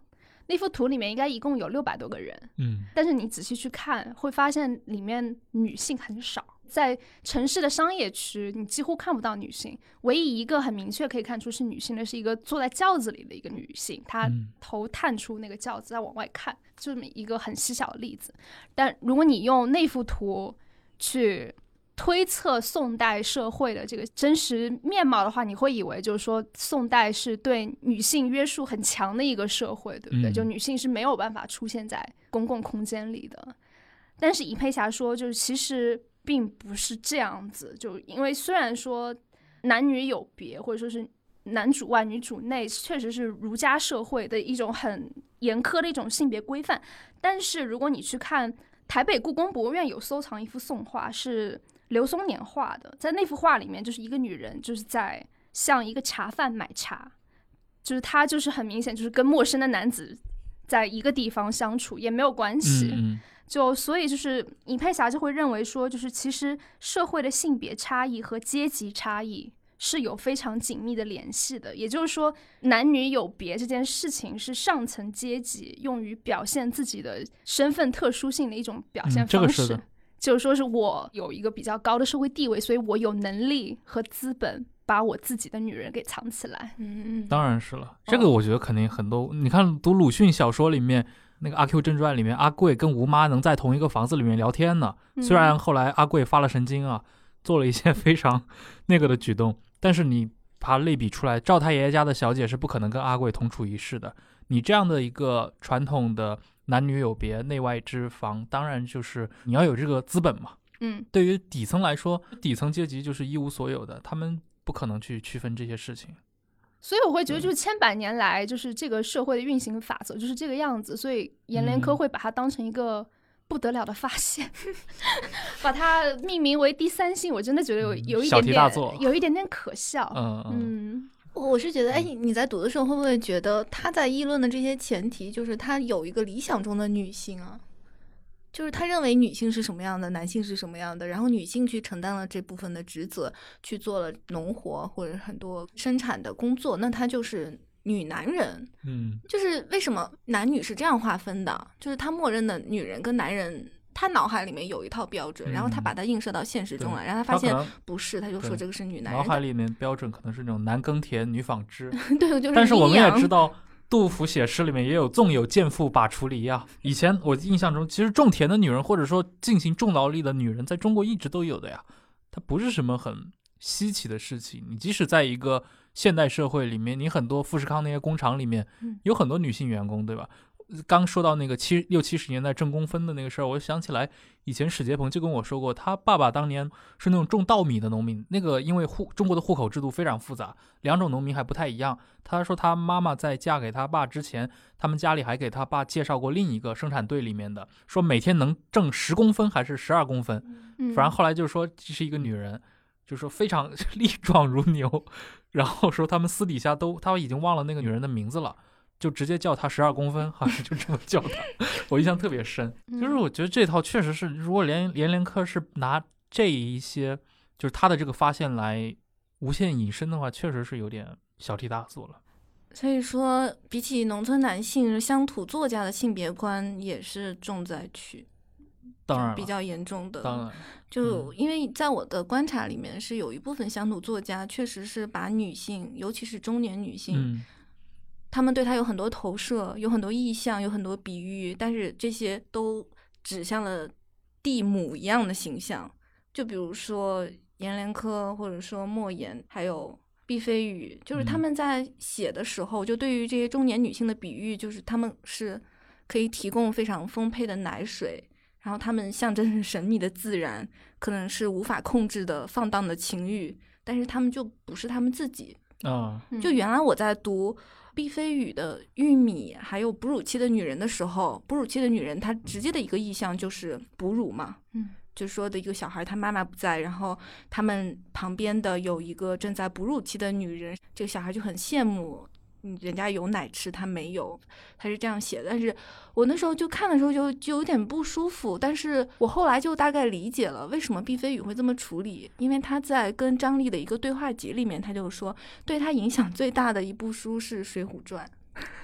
那幅图里面应该一共有六百多个人， 嗯， 但是你仔细去看，会发现里面女性很少。在城市的商业区，你几乎看不到女性，唯一一个很明确可以看出是女性的，是一个坐在轿子里的一个女性，她头探出那个轿子在往外看，这么一个很细小的例子。但如果你用那幅图去推测宋代社会的这个真实面貌的话，你会以为就是说宋代是对女性约束很强的一个社会，对不对？嗯、就女性是没有办法出现在公共空间里的。但是尹佩霞说，就是其实并不是这样子，就因为虽然说男女有别，或者说是男主外女主内，确实是儒家社会的一种很严苛的一种性别规范，但是如果你去看台北故宫博物院有收藏一幅宋画，是刘松年画的，在那幅画里面就是一个女人就是在向一个茶贩买茶，就是她就是很明显就是跟陌生的男子在一个地方相处也没有关系， 嗯嗯， 就所以就是尹佩霞就会认为说，就是其实社会的性别差异和阶级差异是有非常紧密的联系的，也就是说男女有别这件事情是上层阶级用于表现自己的身份特殊性的一种表现方式、嗯这个是的，就是说是我有一个比较高的社会地位，所以我有能力和资本把我自己的女人给藏起来。 嗯， 当然是了，这个我觉得肯定很多、哦、你看读鲁迅小说里面那个阿 Q 正传里面，阿贵跟吴妈能在同一个房子里面聊天呢，虽然后来阿贵发了神经啊，做了一些非常那个的举动，但是你把它类比出来，赵太爷家的小姐是不可能跟阿贵同处一室的。你这样的一个传统的男女有别内外之防，当然就是你要有这个资本嘛。 嗯， 对于底层来说，底层阶级就是一无所有的，他们不可能去区分这些事情。 所以我会觉得就是千百年来就是这个社会的运行法则就是这个样子，所以阎连科会把它当成一个不得了的发现、嗯、把它命名为第三性，我真的觉得有有一点点有一点点可笑。 嗯嗯， 我是觉得哎，你在读的时候会不会觉得他在议论的这些前提就是他有一个理想中的女性啊，就是他认为女性是什么样的，男性是什么样的，然后女性去承担了这部分的职责，去做了农活或者很多生产的工作，那他就是女男人。 嗯， 就是为什么男女是这样划分的，就是他默认的女人跟男人他脑海里面有一套标准、嗯、然后他把它映射到现实中来，然后他发现不是，他就说这个是女男人。 脑海里面标准可能是那种男耕田女纺织对，就是。 但是我们也知道杜甫写诗里面也有纵有贱妇把锄犁啊。以前我印象中其实种田的女人或者说进行重劳力的女人在中国一直都有的呀，它不是什么很稀奇的事情。你即使在一个现代社会里面，你很多富士康那些工厂里面有很多女性员工，对吧？刚说到那个七六七十年代挣工分的那个事儿，我想起来以前史杰鹏就跟我说过，他爸爸当年是那种种稻米的农民，那个因为户中国的户口制度非常复杂，两种农民还不太一样。他说他妈妈在嫁给他爸之前，他们家里还给他爸介绍过另一个生产队里面的，说每天能挣十公分还是十二公分，反正后来就是说这是一个女人，就是说非常力壮如牛，然后说他们私底下都他已经忘了那个女人的名字了，就直接叫他十二公分，好像就这么叫他。我印象特别深，就是我觉得这套确实是，如果连连连科是拿这一些就是他的这个发现来无限引申的话，确实是有点小题大做了。 所以说比起农村男性，乡土作家的性别观也是重灾区， 当然比较严重的。 当然就因为在我的观察里面，是有一部分乡土作家确实是把女性，尤其是中年女性、嗯他们对他有很多投射，有很多意象，有很多比喻，但是这些都指向了地母一样的形象。就比如说阎连科，或者说莫言，还有毕飞宇，就是他们在写的时候、嗯、就对于这些中年女性的比喻，就是他们是可以提供非常丰沛的奶水，然后他们象征着神秘的自然，可能是无法控制的放荡的情欲，但是他们就不是他们自己啊。 就原来我在读毕飞宇的玉米还有哺乳期的女人的时候，哺乳期的女人她直接的一个意象就是哺乳嘛， 嗯， 就是说的一个小孩他妈妈不在，然后他们旁边的有一个正在哺乳期的女人，这个小孩就很羡慕人家有奶吃他没有，他是这样写的。但是我那时候就看的时候就就有点不舒服，但是我后来就大概理解了为什么毕飞宇会这么处理，因为他在跟张力的一个对话集里面，他就说对他影响最大的一部书是《水浒传》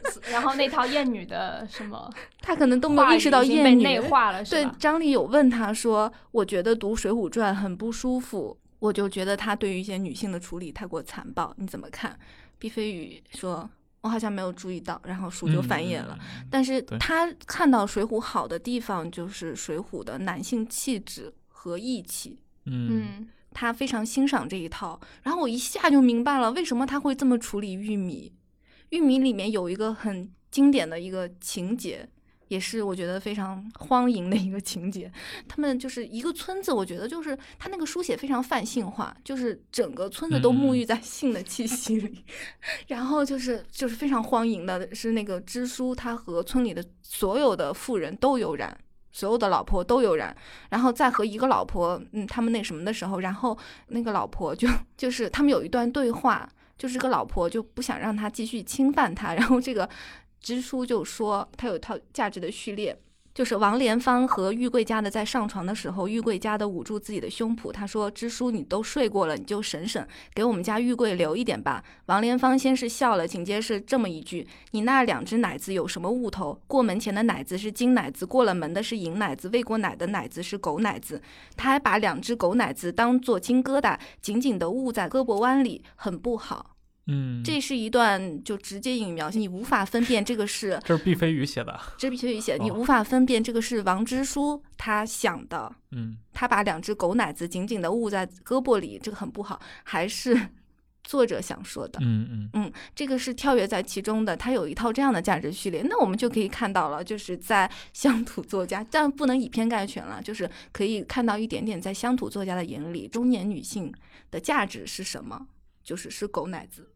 然后那套厌女的什么， 他可能都没有意识到厌女内化了，是吧？ 对，张力有问他说：“我觉得读《水浒传》很不舒服，我就觉得他对于一些女性的处理太过残暴，你怎么看？”毕飞宇说：“我好像没有注意到。”然后书就翻页了。 嗯、 但是他看到《水浒》好的地方就是《水浒》的男性气质和义气。 嗯， 他非常欣赏这一套。然后我一下就明白了为什么他会这么处理玉米。玉米里面有一个很经典的一个情节，也是我觉得非常荒淫的一个情节。他们就是一个村子，我觉得就是他那个书写非常泛性化，就是整个村子都沐浴在性的气息里，嗯、然后就是就是非常荒淫的，是那个支书他和村里的所有的妇人都有染。所有的老婆都有染，然后再和一个老婆，嗯，他们那什么的时候，然后那个老婆就就是他们有一段对话，就是这个老婆就不想让他继续侵犯他，然后这个支书就说他有一套价值的序列，就是王莲芳和玉桂家的在上床的时候，玉桂家的捂住自己的胸脯，他说：“支书，你都睡过了，你就省省，给我们家玉桂留一点吧。”王莲芳先是笑了，紧接着是这么一句：“你那两只奶子有什么物头？过门前的奶子是金奶子，过了门的是银奶子，喂过奶的奶子是狗奶子。”他还把两只狗奶子当做金疙瘩，紧紧地捂在胳膊弯里，很不好。 嗯， 这是一段就直接引描写，你无法分辨这个是这是毕飞宇写的， 这是毕飞宇写的，你无法分辨这个是王支书他想的， 嗯， 他把两只狗奶子紧紧的捂在胳膊里，这个很不好，还是作者想说的， 嗯嗯嗯，这个是跳跃在其中的，他有一套这样的价值序列，那我们就可以看到了，就是在乡土作家，但不能以偏概全了，就是可以看到一点点在乡土作家的眼里，中年女性的价值是什么？就是是狗奶子。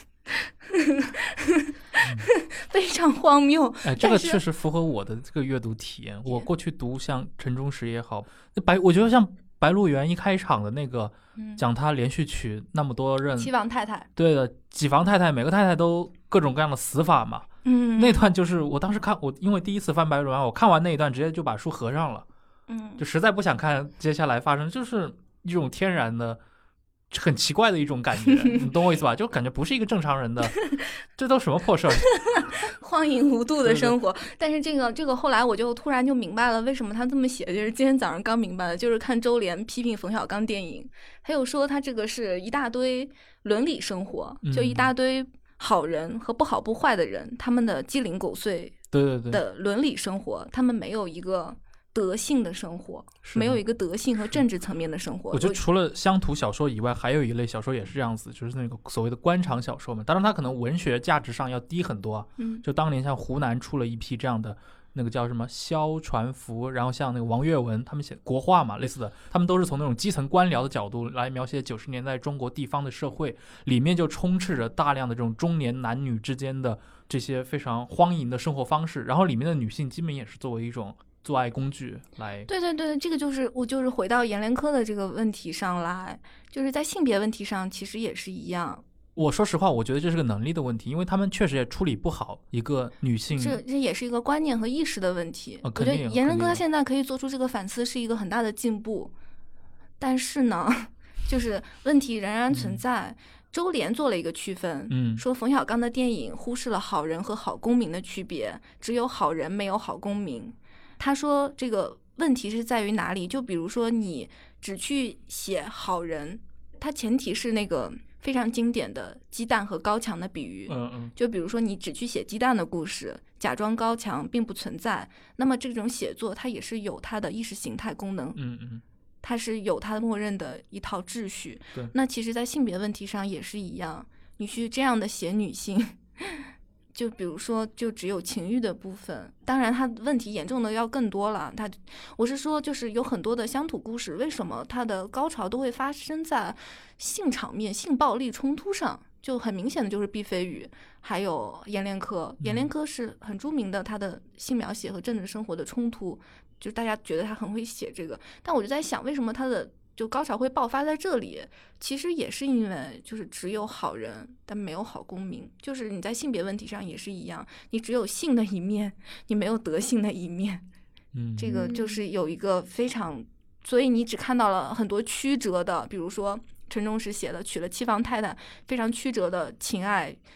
非常荒谬。 哎，这个确实符合我的这个阅读体验。我过去读像陈忠实也好，白我觉得像《白鹿原》一开场的那个，嗯、讲他连续娶那么多任齐房太太， 对的，几房太太，每个太太都各种各样的死法嘛。 嗯， 那段就是我当时看，我因为第一次翻《白鹿原》，我看完那一段直接就把书合上了。 嗯， 就实在不想看接下来发生，就是一种天然的。很奇怪的一种感觉，你懂我意思吧？就感觉不是一个正常人的，这都什么破事儿， 荒淫无度的生活。对对，但是这个这个后来我就突然就明白了，为什么他这么写。就是今天早上刚明白了，就是看周濂批评冯小刚电影，他又说他这个是一大堆伦理生活，就一大堆好人和不好不坏的人，他们的鸡零狗碎的伦理生活， 对对对， 他们没有一个德性的生活，没有一个德性和政治层面的生活。 我觉得除了乡土小说以外，还有一类小说也是这样子，就是那个所谓的官场小说嘛。当然它可能文学价值上要低很多啊。 嗯， 就当年像湖南出了一批这样的，那个叫什么萧传福，然后像那个王岳文他们写国画嘛，类似的，他们都是从那种基层官僚的角度来描写九十年代中国地方的社会，里面就充斥着大量的这种中年男女之间的这些非常荒淫的生活方式，然后里面的女性基本也是作为一种做爱工具来。 对对对，这个就是我就是回到阎连科的这个问题上来，就是在性别问题上其实也是一样。 我说实话，我觉得这是个能力的问题，因为他们确实也处理不好一个女性， 这这也是一个观念和意识的问题。 哦、 我觉得阎连科现在可以做出这个反思是一个很大的进步，但是呢，就是问题仍然存在。嗯，周濂做了一个区分， 嗯， 说冯小刚的电影忽视了好人和好公民的区别，只有好人没有好公民。他说这个问题是在于哪里？就比如说你只去写好人，它前提是那个非常经典的鸡蛋和高墙的比喻。 嗯嗯， 就比如说你只去写鸡蛋的故事，假装高墙并不存在，那么这种写作它也是有它的意识形态功能。 嗯嗯， 它是有它默认的一套秩序。 对， 那其实在性别问题上也是一样，你去这样的写女性，就比如说就只有情欲的部分，当然它问题严重的要更多了。它我是说就是有很多的乡土故事，为什么它的高潮都会发生在性场面、性暴力冲突上？就很明显的就是毕飞宇还有阎连科。阎连科是很著名的，他的性描写和政治生活的冲突，就大家觉得他很会写这个，但我就在想为什么他的就高潮会爆发在这里，其实也是因为就是只有好人但没有好公民。就是你在性别问题上也是一样，你只有性的一面，你没有德性的一面。 嗯， 这个就是有一个非常，所以你只看到了很多曲折的，比如说陈忠实写的娶了七房太太非常曲折的情爱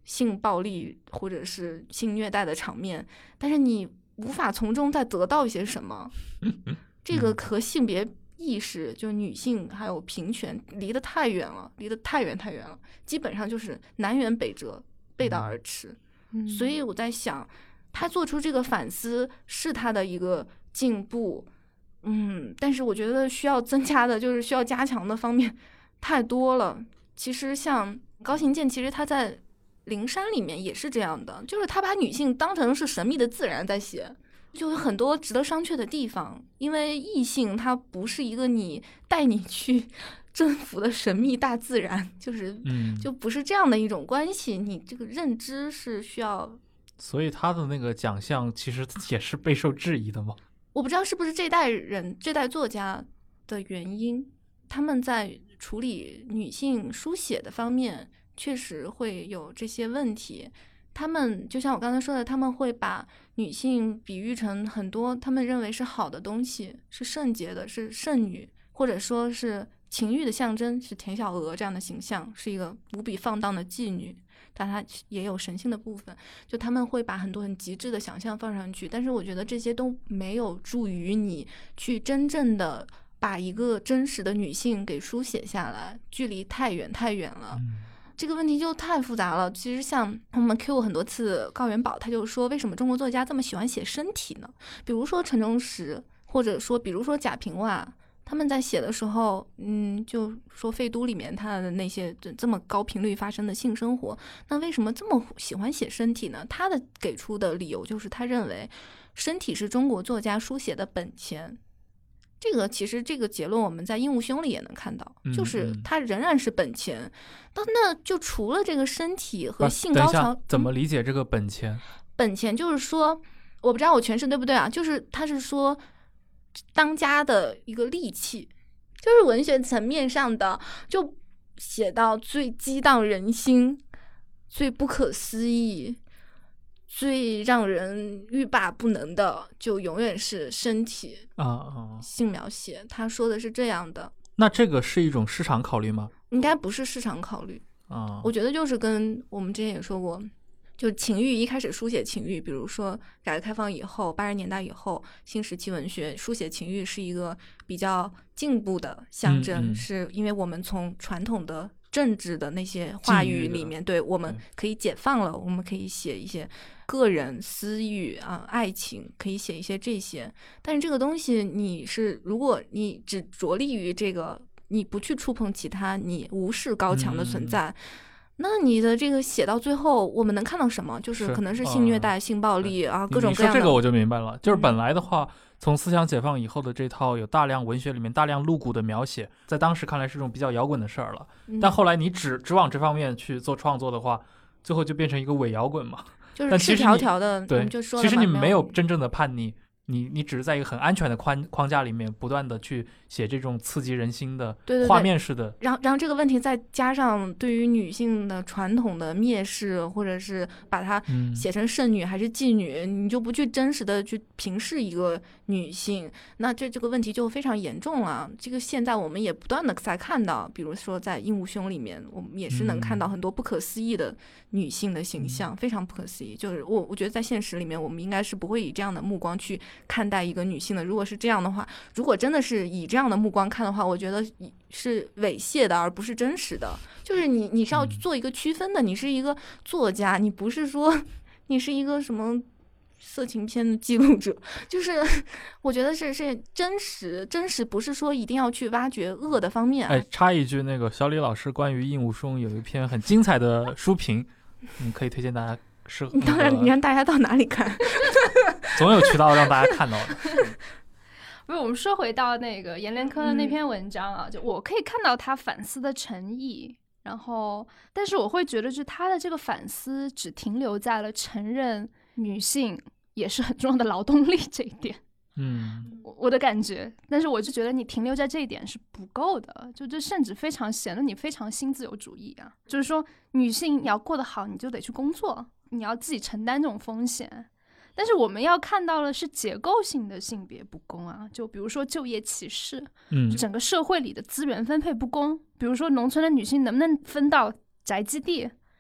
性暴力或者是性虐待的场面，但是你无法从中再得到一些什么。这个和性别意识，就女性还有平权离得太远了，离得太远太远了，基本上就是南辕北辙，背道而驰。 嗯、 所以我在想，他做出这个反思是他的一个进步，嗯，但是我觉得需要增加的，就是需要加强的方面太多了。其实像高行健，其实他在《灵山》里面也是这样的，就是他把女性当成是神秘的自然在写，就有很多值得商榷的地方。因为异性它不是一个你带你去征服的神秘大自然，就是就不是这样的一种关系，你这个认知是需要。 所以他的那个奖项其实也是备受质疑的嘛。 我不知道是不是这代人这代作家的原因，他们在处理女性书写的方面确实会有这些问题。他们就像我刚才说的，他们会把女性比喻成很多他们认为是好的东西，是圣洁的，是圣女，或者说是情欲的象征，是田小娥这样的形象，是一个无比放荡的妓女，但她也有神性的部分。就他们会把很多很极致的想象放上去，但是我觉得这些都没有助于你去真正的把一个真实的女性给书写下来，距离太远太远了。嗯，这个问题就太复杂了。其实像我们 Q 过很多次高元宝，他就说为什么中国作家这么喜欢写身体呢？比如说陈忠实，或者说比如说贾平凹，他们在写的时候，嗯，就说废都里面他的那些这么高频率发生的性生活，那为什么这么喜欢写身体呢？他的给出的理由就是他认为身体是中国作家书写的本钱。这个其实这个结论我们在《鹦鹉兄》里也能看到，就是它仍然是本钱。那、嗯、那就除了这个身体和性高潮， 怎么理解这个本钱？嗯、 本钱就是说，我不知道我诠释对不对啊？就是他是说当家的一个利器，就是文学层面上的，就写到最激荡人心、最不可思议、最让人欲罢不能的，就永远是身体啊啊性描写。他说的是这样的。 那这个是一种市场考虑吗？ 应该不是市场考虑啊。 我觉得就是跟我们之前也说过，就情欲一开始书写情欲，比如说改革开放以后，八十年代以后，新时期文学书写情欲是一个比较进步的象征， 嗯嗯是因为我们从传统的政治的那些话语里面，对，我们可以解放了，我们可以写一些个人私欲啊、爱情，可以写一些这些。但是这个东西，你是如果你只着力于这个，你不去触碰其他，你无视高墙的存在。嗯，那你的这个写到最后，我们能看到什么？就是可能是性虐待、呃、性暴力啊，各种各样的。 你说这个我就明白了，就是本来的话，嗯、从思想解放以后的这套有大量文学里面大量露骨的描写，在当时看来是一种比较摇滚的事儿了。嗯、但后来你只只往这方面去做创作的话，最后就变成一个伪摇滚嘛。 就是赤条条的， 对， 就说其实你没有真正的叛逆。你你只是在一个很安全的框框架里面不断的去写这种刺激人心的画面式的， 对对对，然后然后这个问题再加上对于女性的传统的蔑视，或者是把它写成圣女还是妓女，嗯、你就不去真实的去平视一个女性，那这这个问题就非常严重了。这个现在我们也不断的在看到，比如说在《鹦鹉兄》里面，我们也是能看到很多不可思议的女性的形象，嗯、非常不可思议。就是我我觉得在现实里面，我们应该是不会以这样的目光去看待一个女性的。如果是这样的话，如果真的是以这样的目光看的话，我觉得是猥亵的，而不是真实的。就是你你是要做一个区分的，你是一个作家，你不是说你是一个什么色情片的记录者。就是我觉得是是真实，真实不是说一定要去挖掘恶的方面。 哎，插一句，那个小李老师关于《鹦鹉兄》有一篇很精彩的书评，嗯，可以推荐大家。是， 当然，你让大家到哪里看？ 总有渠道让大家看到的。 不是，我们说回到那个阎连科的那篇文章啊，嗯、就我可以看到他反思的诚意，然后，但是我会觉得，是他的这个反思只停留在了承认女性也是很重要的劳动力这一点。 嗯， 我的感觉，但是我就觉得你停留在这一点是不够的，就这甚至非常显得你非常新自由主义啊，就是说女性你要过得好，你就得去工作，你要自己承担这种风险。但是我们要看到的是结构性的性别不公啊，就比如说就业歧视， 嗯， 整个社会里的资源分配不公，比如说农村的女性能不能分到宅基地，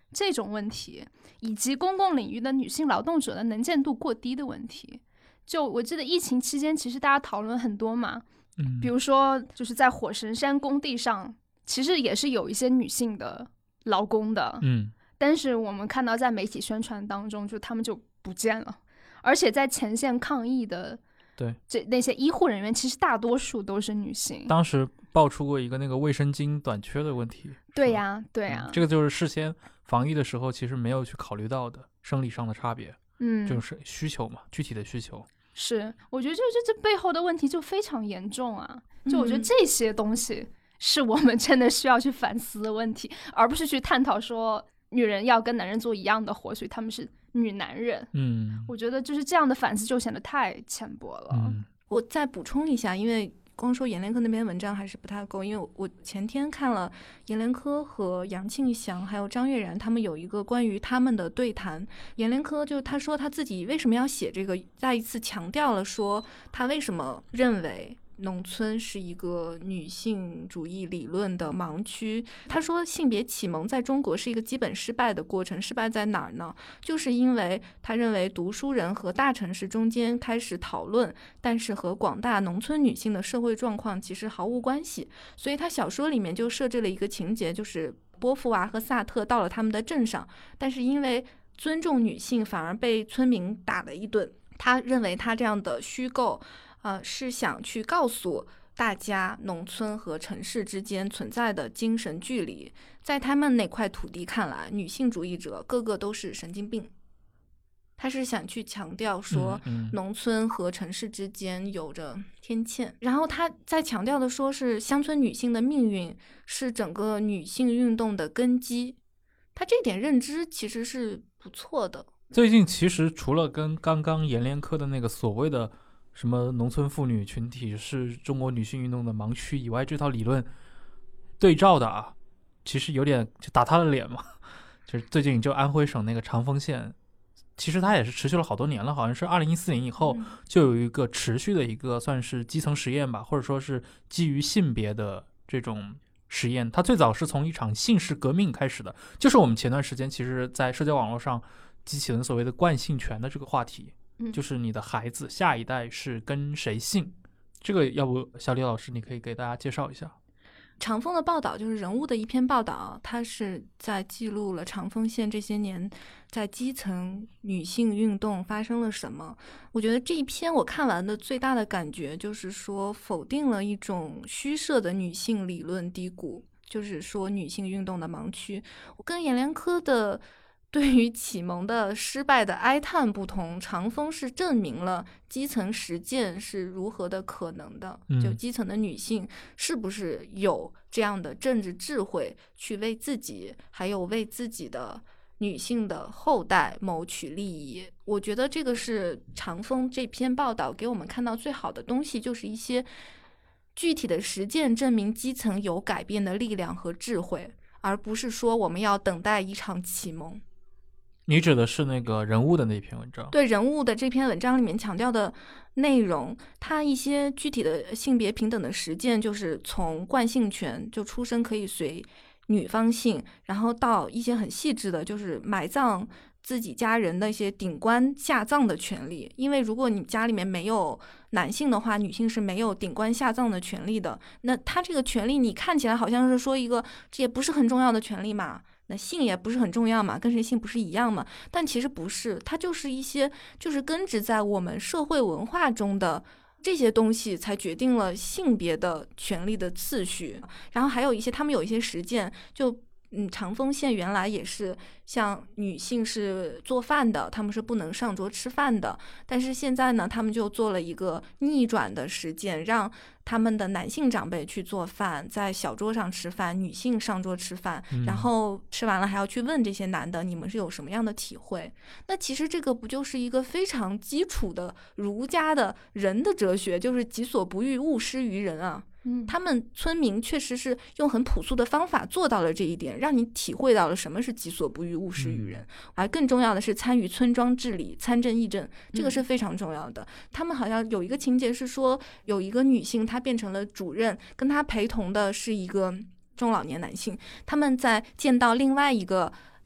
这种问题，以及公共领域的女性劳动者的能见度过低的问题。就我记得疫情期间其实大家讨论很多嘛， 嗯， 比如说就是在火神山工地上其实也是有一些女性的劳工的， 嗯， 但是我们看到在媒体宣传当中就他们就不见了，而且在前线抗疫的对这那些医护人员其实大多数都是女性。 当时爆出过一个那个卫生巾短缺的问题。 对呀对呀、 嗯，这个就是事先防疫的时候其实没有去考虑到的生理上的差别， 嗯， 就是需求嘛，具体的需求。 是，我觉得就是这背后的问题就非常严重啊！就我觉得这些东西是我们真的需要去反思的问题，而不是去探讨说女人要跟男人做一样的活，所以他们是女男人。 嗯， 我觉得就是这样的反思就显得太浅薄了。 嗯， 我再补充一下，因为光说阎连科那篇文章还是不太够，因为我前天看了阎连科和杨庆祥还有张悦然他们有一个关于他们的对谈。阎连科就他说他自己为什么要写这个，再一次强调了说他为什么认为农村是一个女性主义理论的盲区。他说性别启蒙在中国是一个基本失败的过程，失败在哪儿呢？就是因为他认为读书人和大城市中间开始讨论，但是和广大农村女性的社会状况其实毫无关系。所以他小说里面就设置了一个情节，就是波伏娃和萨特到了他们的镇上，但是因为尊重女性反而被村民打了一顿。他认为他这样的虚构呃，是想去告诉大家农村和城市之间存在的精神距离。在他们那块土地看来，女性主义者个个都是神经病。他是想去强调说农村和城市之间有着天堑，然后他在强调的说是乡村女性的命运是整个女性运动的根基。他这点认知其实是不错的。 最近其实除了跟刚刚阎连科的那个所谓的什么农村妇女群体是中国女性运动的盲区以外，这套理论对照的啊，其实有点就打他的脸嘛。就是最近就安徽省那个长丰县，其实它也是持续了好多年了，好像是二零一四年以后就有一个持续的一个算是基层实验吧，或者说是基于性别的这种实验。它最早是从一场姓氏革命开始的，就是我们前段时间其实在社交网络上激起了所谓的惯性权的这个话题。就是你的孩子下一代是跟谁姓，这个要不小李老师你可以给大家介绍一下。 长丰的报道就是人物的一篇报道，它是在记录了长丰县这些年在基层女性运动发生了什么。我觉得这一篇我看完的最大的感觉就是说否定了一种虚设的女性理论低谷，就是说女性运动的盲区。我跟阎连科的对于启蒙的失败的哀叹不同，长丰是证明了基层实践是如何的可能的。就基层的女性是不是有这样的政治智慧去为自己还有为自己的女性的后代谋取利益。我觉得这个是长丰这篇报道给我们看到最好的东西，就是一些具体的实践证明基层有改变的力量和智慧，而不是说我们要等待一场启蒙。 你指的是那个人物的那篇文章？ 对，人物的这篇文章里面强调的内容，它一些具体的性别平等的实践，就是从惯性权，就出生可以随女方姓，然后到一些很细致的，就是埋葬自己家人的一些顶冠下葬的权利。因为如果你家里面没有男性的话，女性是没有顶冠下葬的权利的。那他这个权利你看起来好像是说一个这也不是很重要的权利嘛，那性也不是很重要嘛，跟谁姓不是一样嘛？但其实不是，它就是一些就是根植在我们社会文化中的这些东西才决定了性别的权利的次序。然后还有一些他们有一些实践，就嗯，长丰县原来也是像女性是做饭的，他们是不能上桌吃饭的，但是现在呢，他们就做了一个逆转的实践，让他们的男性长辈去做饭，在小桌上吃饭，女性上桌吃饭， 嗯、 然后吃完了还要去问这些男的，你们是有什么样的体会？那其实这个不就是一个非常基础的儒家的人的哲学，就是己所不欲，勿施于人啊。 嗯， 他们村民确实是用很朴素的方法做到了这一点，让你体会到了什么是己所不欲，勿施于人。而更重要的是参与村庄治理，参政议政，这个是非常重要的。他们好像有一个情节是说，有一个女性她变成了主任，跟她陪同的是一个中老年男性，他们在见到另外一个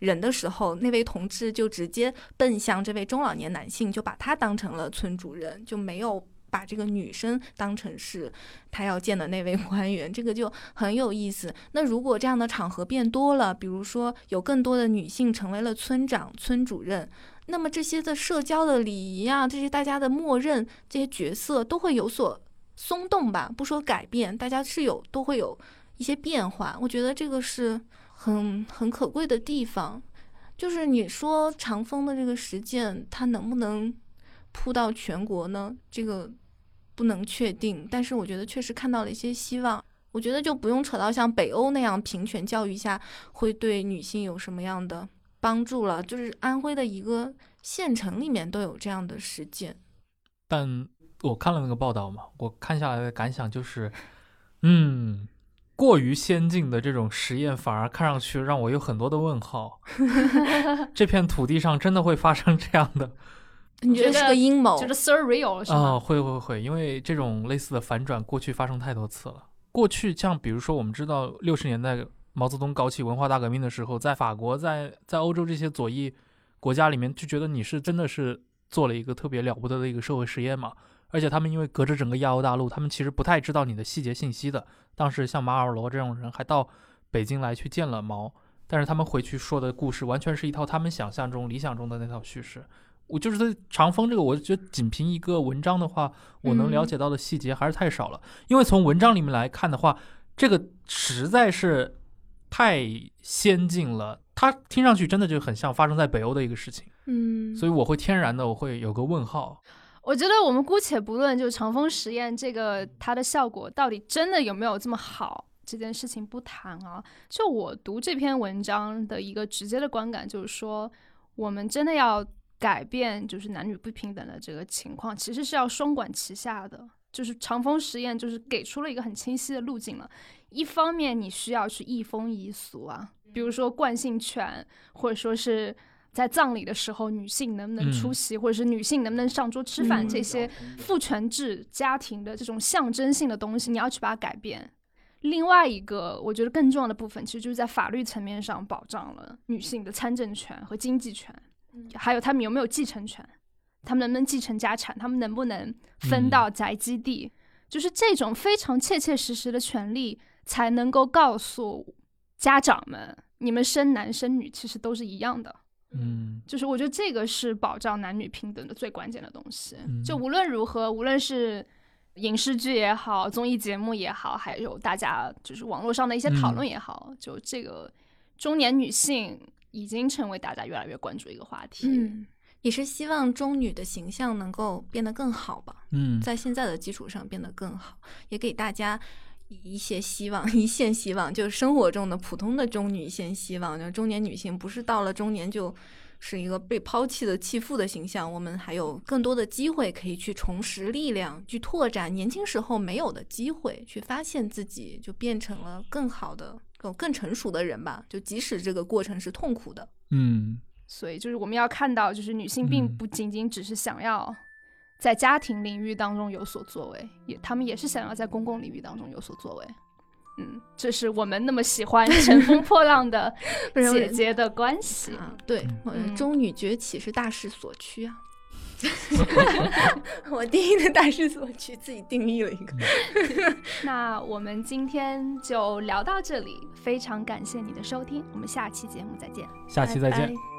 人的时候，那位同志就直接奔向这位中老年男性，就把他当成了村主任，就没有把这个女生当成是他要见的那位官员，这个就很有意思。那如果这样的场合变多了，比如说有更多的女性成为了村长、村主任，那么这些的社交的礼仪啊，这些大家的默认，这些角色都会有所松动吧，不说改变，大家是有都会有一些变化。我觉得这个是很很可贵的地方。就是你说长风的这个实践，它能不能铺到全国呢？这个不能确定，但是我觉得确实看到了一些希望。我觉得就不用扯到像北欧那样平权教育下会对女性有什么样的帮助了，就是安徽的一个县城里面都有这样的实践。 但我看了那个报道嘛，我看下来的感想就是，嗯，过于先进的这种实验反而看上去让我有很多的问号。这片土地上真的会发生这样的？ 你觉得是个阴谋？ 就是 surreal 是吗？ 哦，会会会，因为这种类似的反转过去发生太多次了。过去像比如说我们知道六十年代毛泽东搞起文化大革命的时候，在法国在在欧洲这些左翼国家里面就觉得你是真的是做了一个特别了不得的一个社会实验嘛，而且他们因为隔着整个亚欧大陆，他们其实不太知道你的细节信息的。当时像马尔罗这种人还到北京来去见了毛，但是他们回去说的故事完全是一套他们想象中理想中的那套叙事。我就是对长风这个，我觉得仅凭一个文章的话，我能了解到的细节还是太少了。嗯、因为从文章里面来看的话，这个实在是太先进了，它听上去真的就很像发生在北欧的一个事情。 嗯， 所以我会天然的我会有个问号。 我觉得我们姑且不论就长风实验这个它的效果到底真的有没有这么好，这件事情不谈啊。就我读这篇文章的一个直接的观感就是说，我们真的要改变就是男女不平等的这个情况，其实是要双管齐下的。就是长风实验就是给出了一个很清晰的路径了。一方面你需要去移风易俗啊，比如说惯性权，或者说是在葬礼的时候女性能不能出席、嗯、或者是女性能不能上桌吃饭、嗯、这些父权制家庭的这种象征性的东西你要去把它改变。另外一个我觉得更重要的部分其实就是在法律层面上保障了女性的参政权和经济权，还有他们有没有继承权，他们能不能继承家产，他们能不能分到宅基地、嗯、就是这种非常切切实实的权利才能够告诉家长们你们生男生女其实都是一样的。 嗯， 就是我觉得这个是保障男女平等的最关键的东西、 嗯、 就无论如何，无论是影视剧也好，综艺节目也好，还有大家就是网络上的一些讨论也好、嗯、就这个中年女性已经成为大家越来越关注的一个话题。 嗯，也是希望中女的形象能够变得更好吧。 嗯， 在现在的基础上变得更好，也给大家一些希望，一线希望，就是生活中的普通的中女一线希望。就中年女性不是到了中年就是一个被抛弃的弃妇的形象，我们还有更多的机会可以去重拾力量，去拓展年轻时候没有的机会，去发现自己，就变成了更好的更成熟的人吧，就即使这个过程是痛苦的。 嗯， 所以就是我们要看到，就是女性并不仅仅只是想要在家庭领域当中有所作为，也她们也是想要在公共领域当中有所作为。嗯，这是我们那么喜欢乘风破浪的姐姐的关系。 啊、对、嗯，中女崛起是大势所趋啊。我定义的大势所趋，自己定义了一个。 那我们今天就聊到这里，非常感谢你的收听，我们下期节目再见。 下期再见。 拜拜。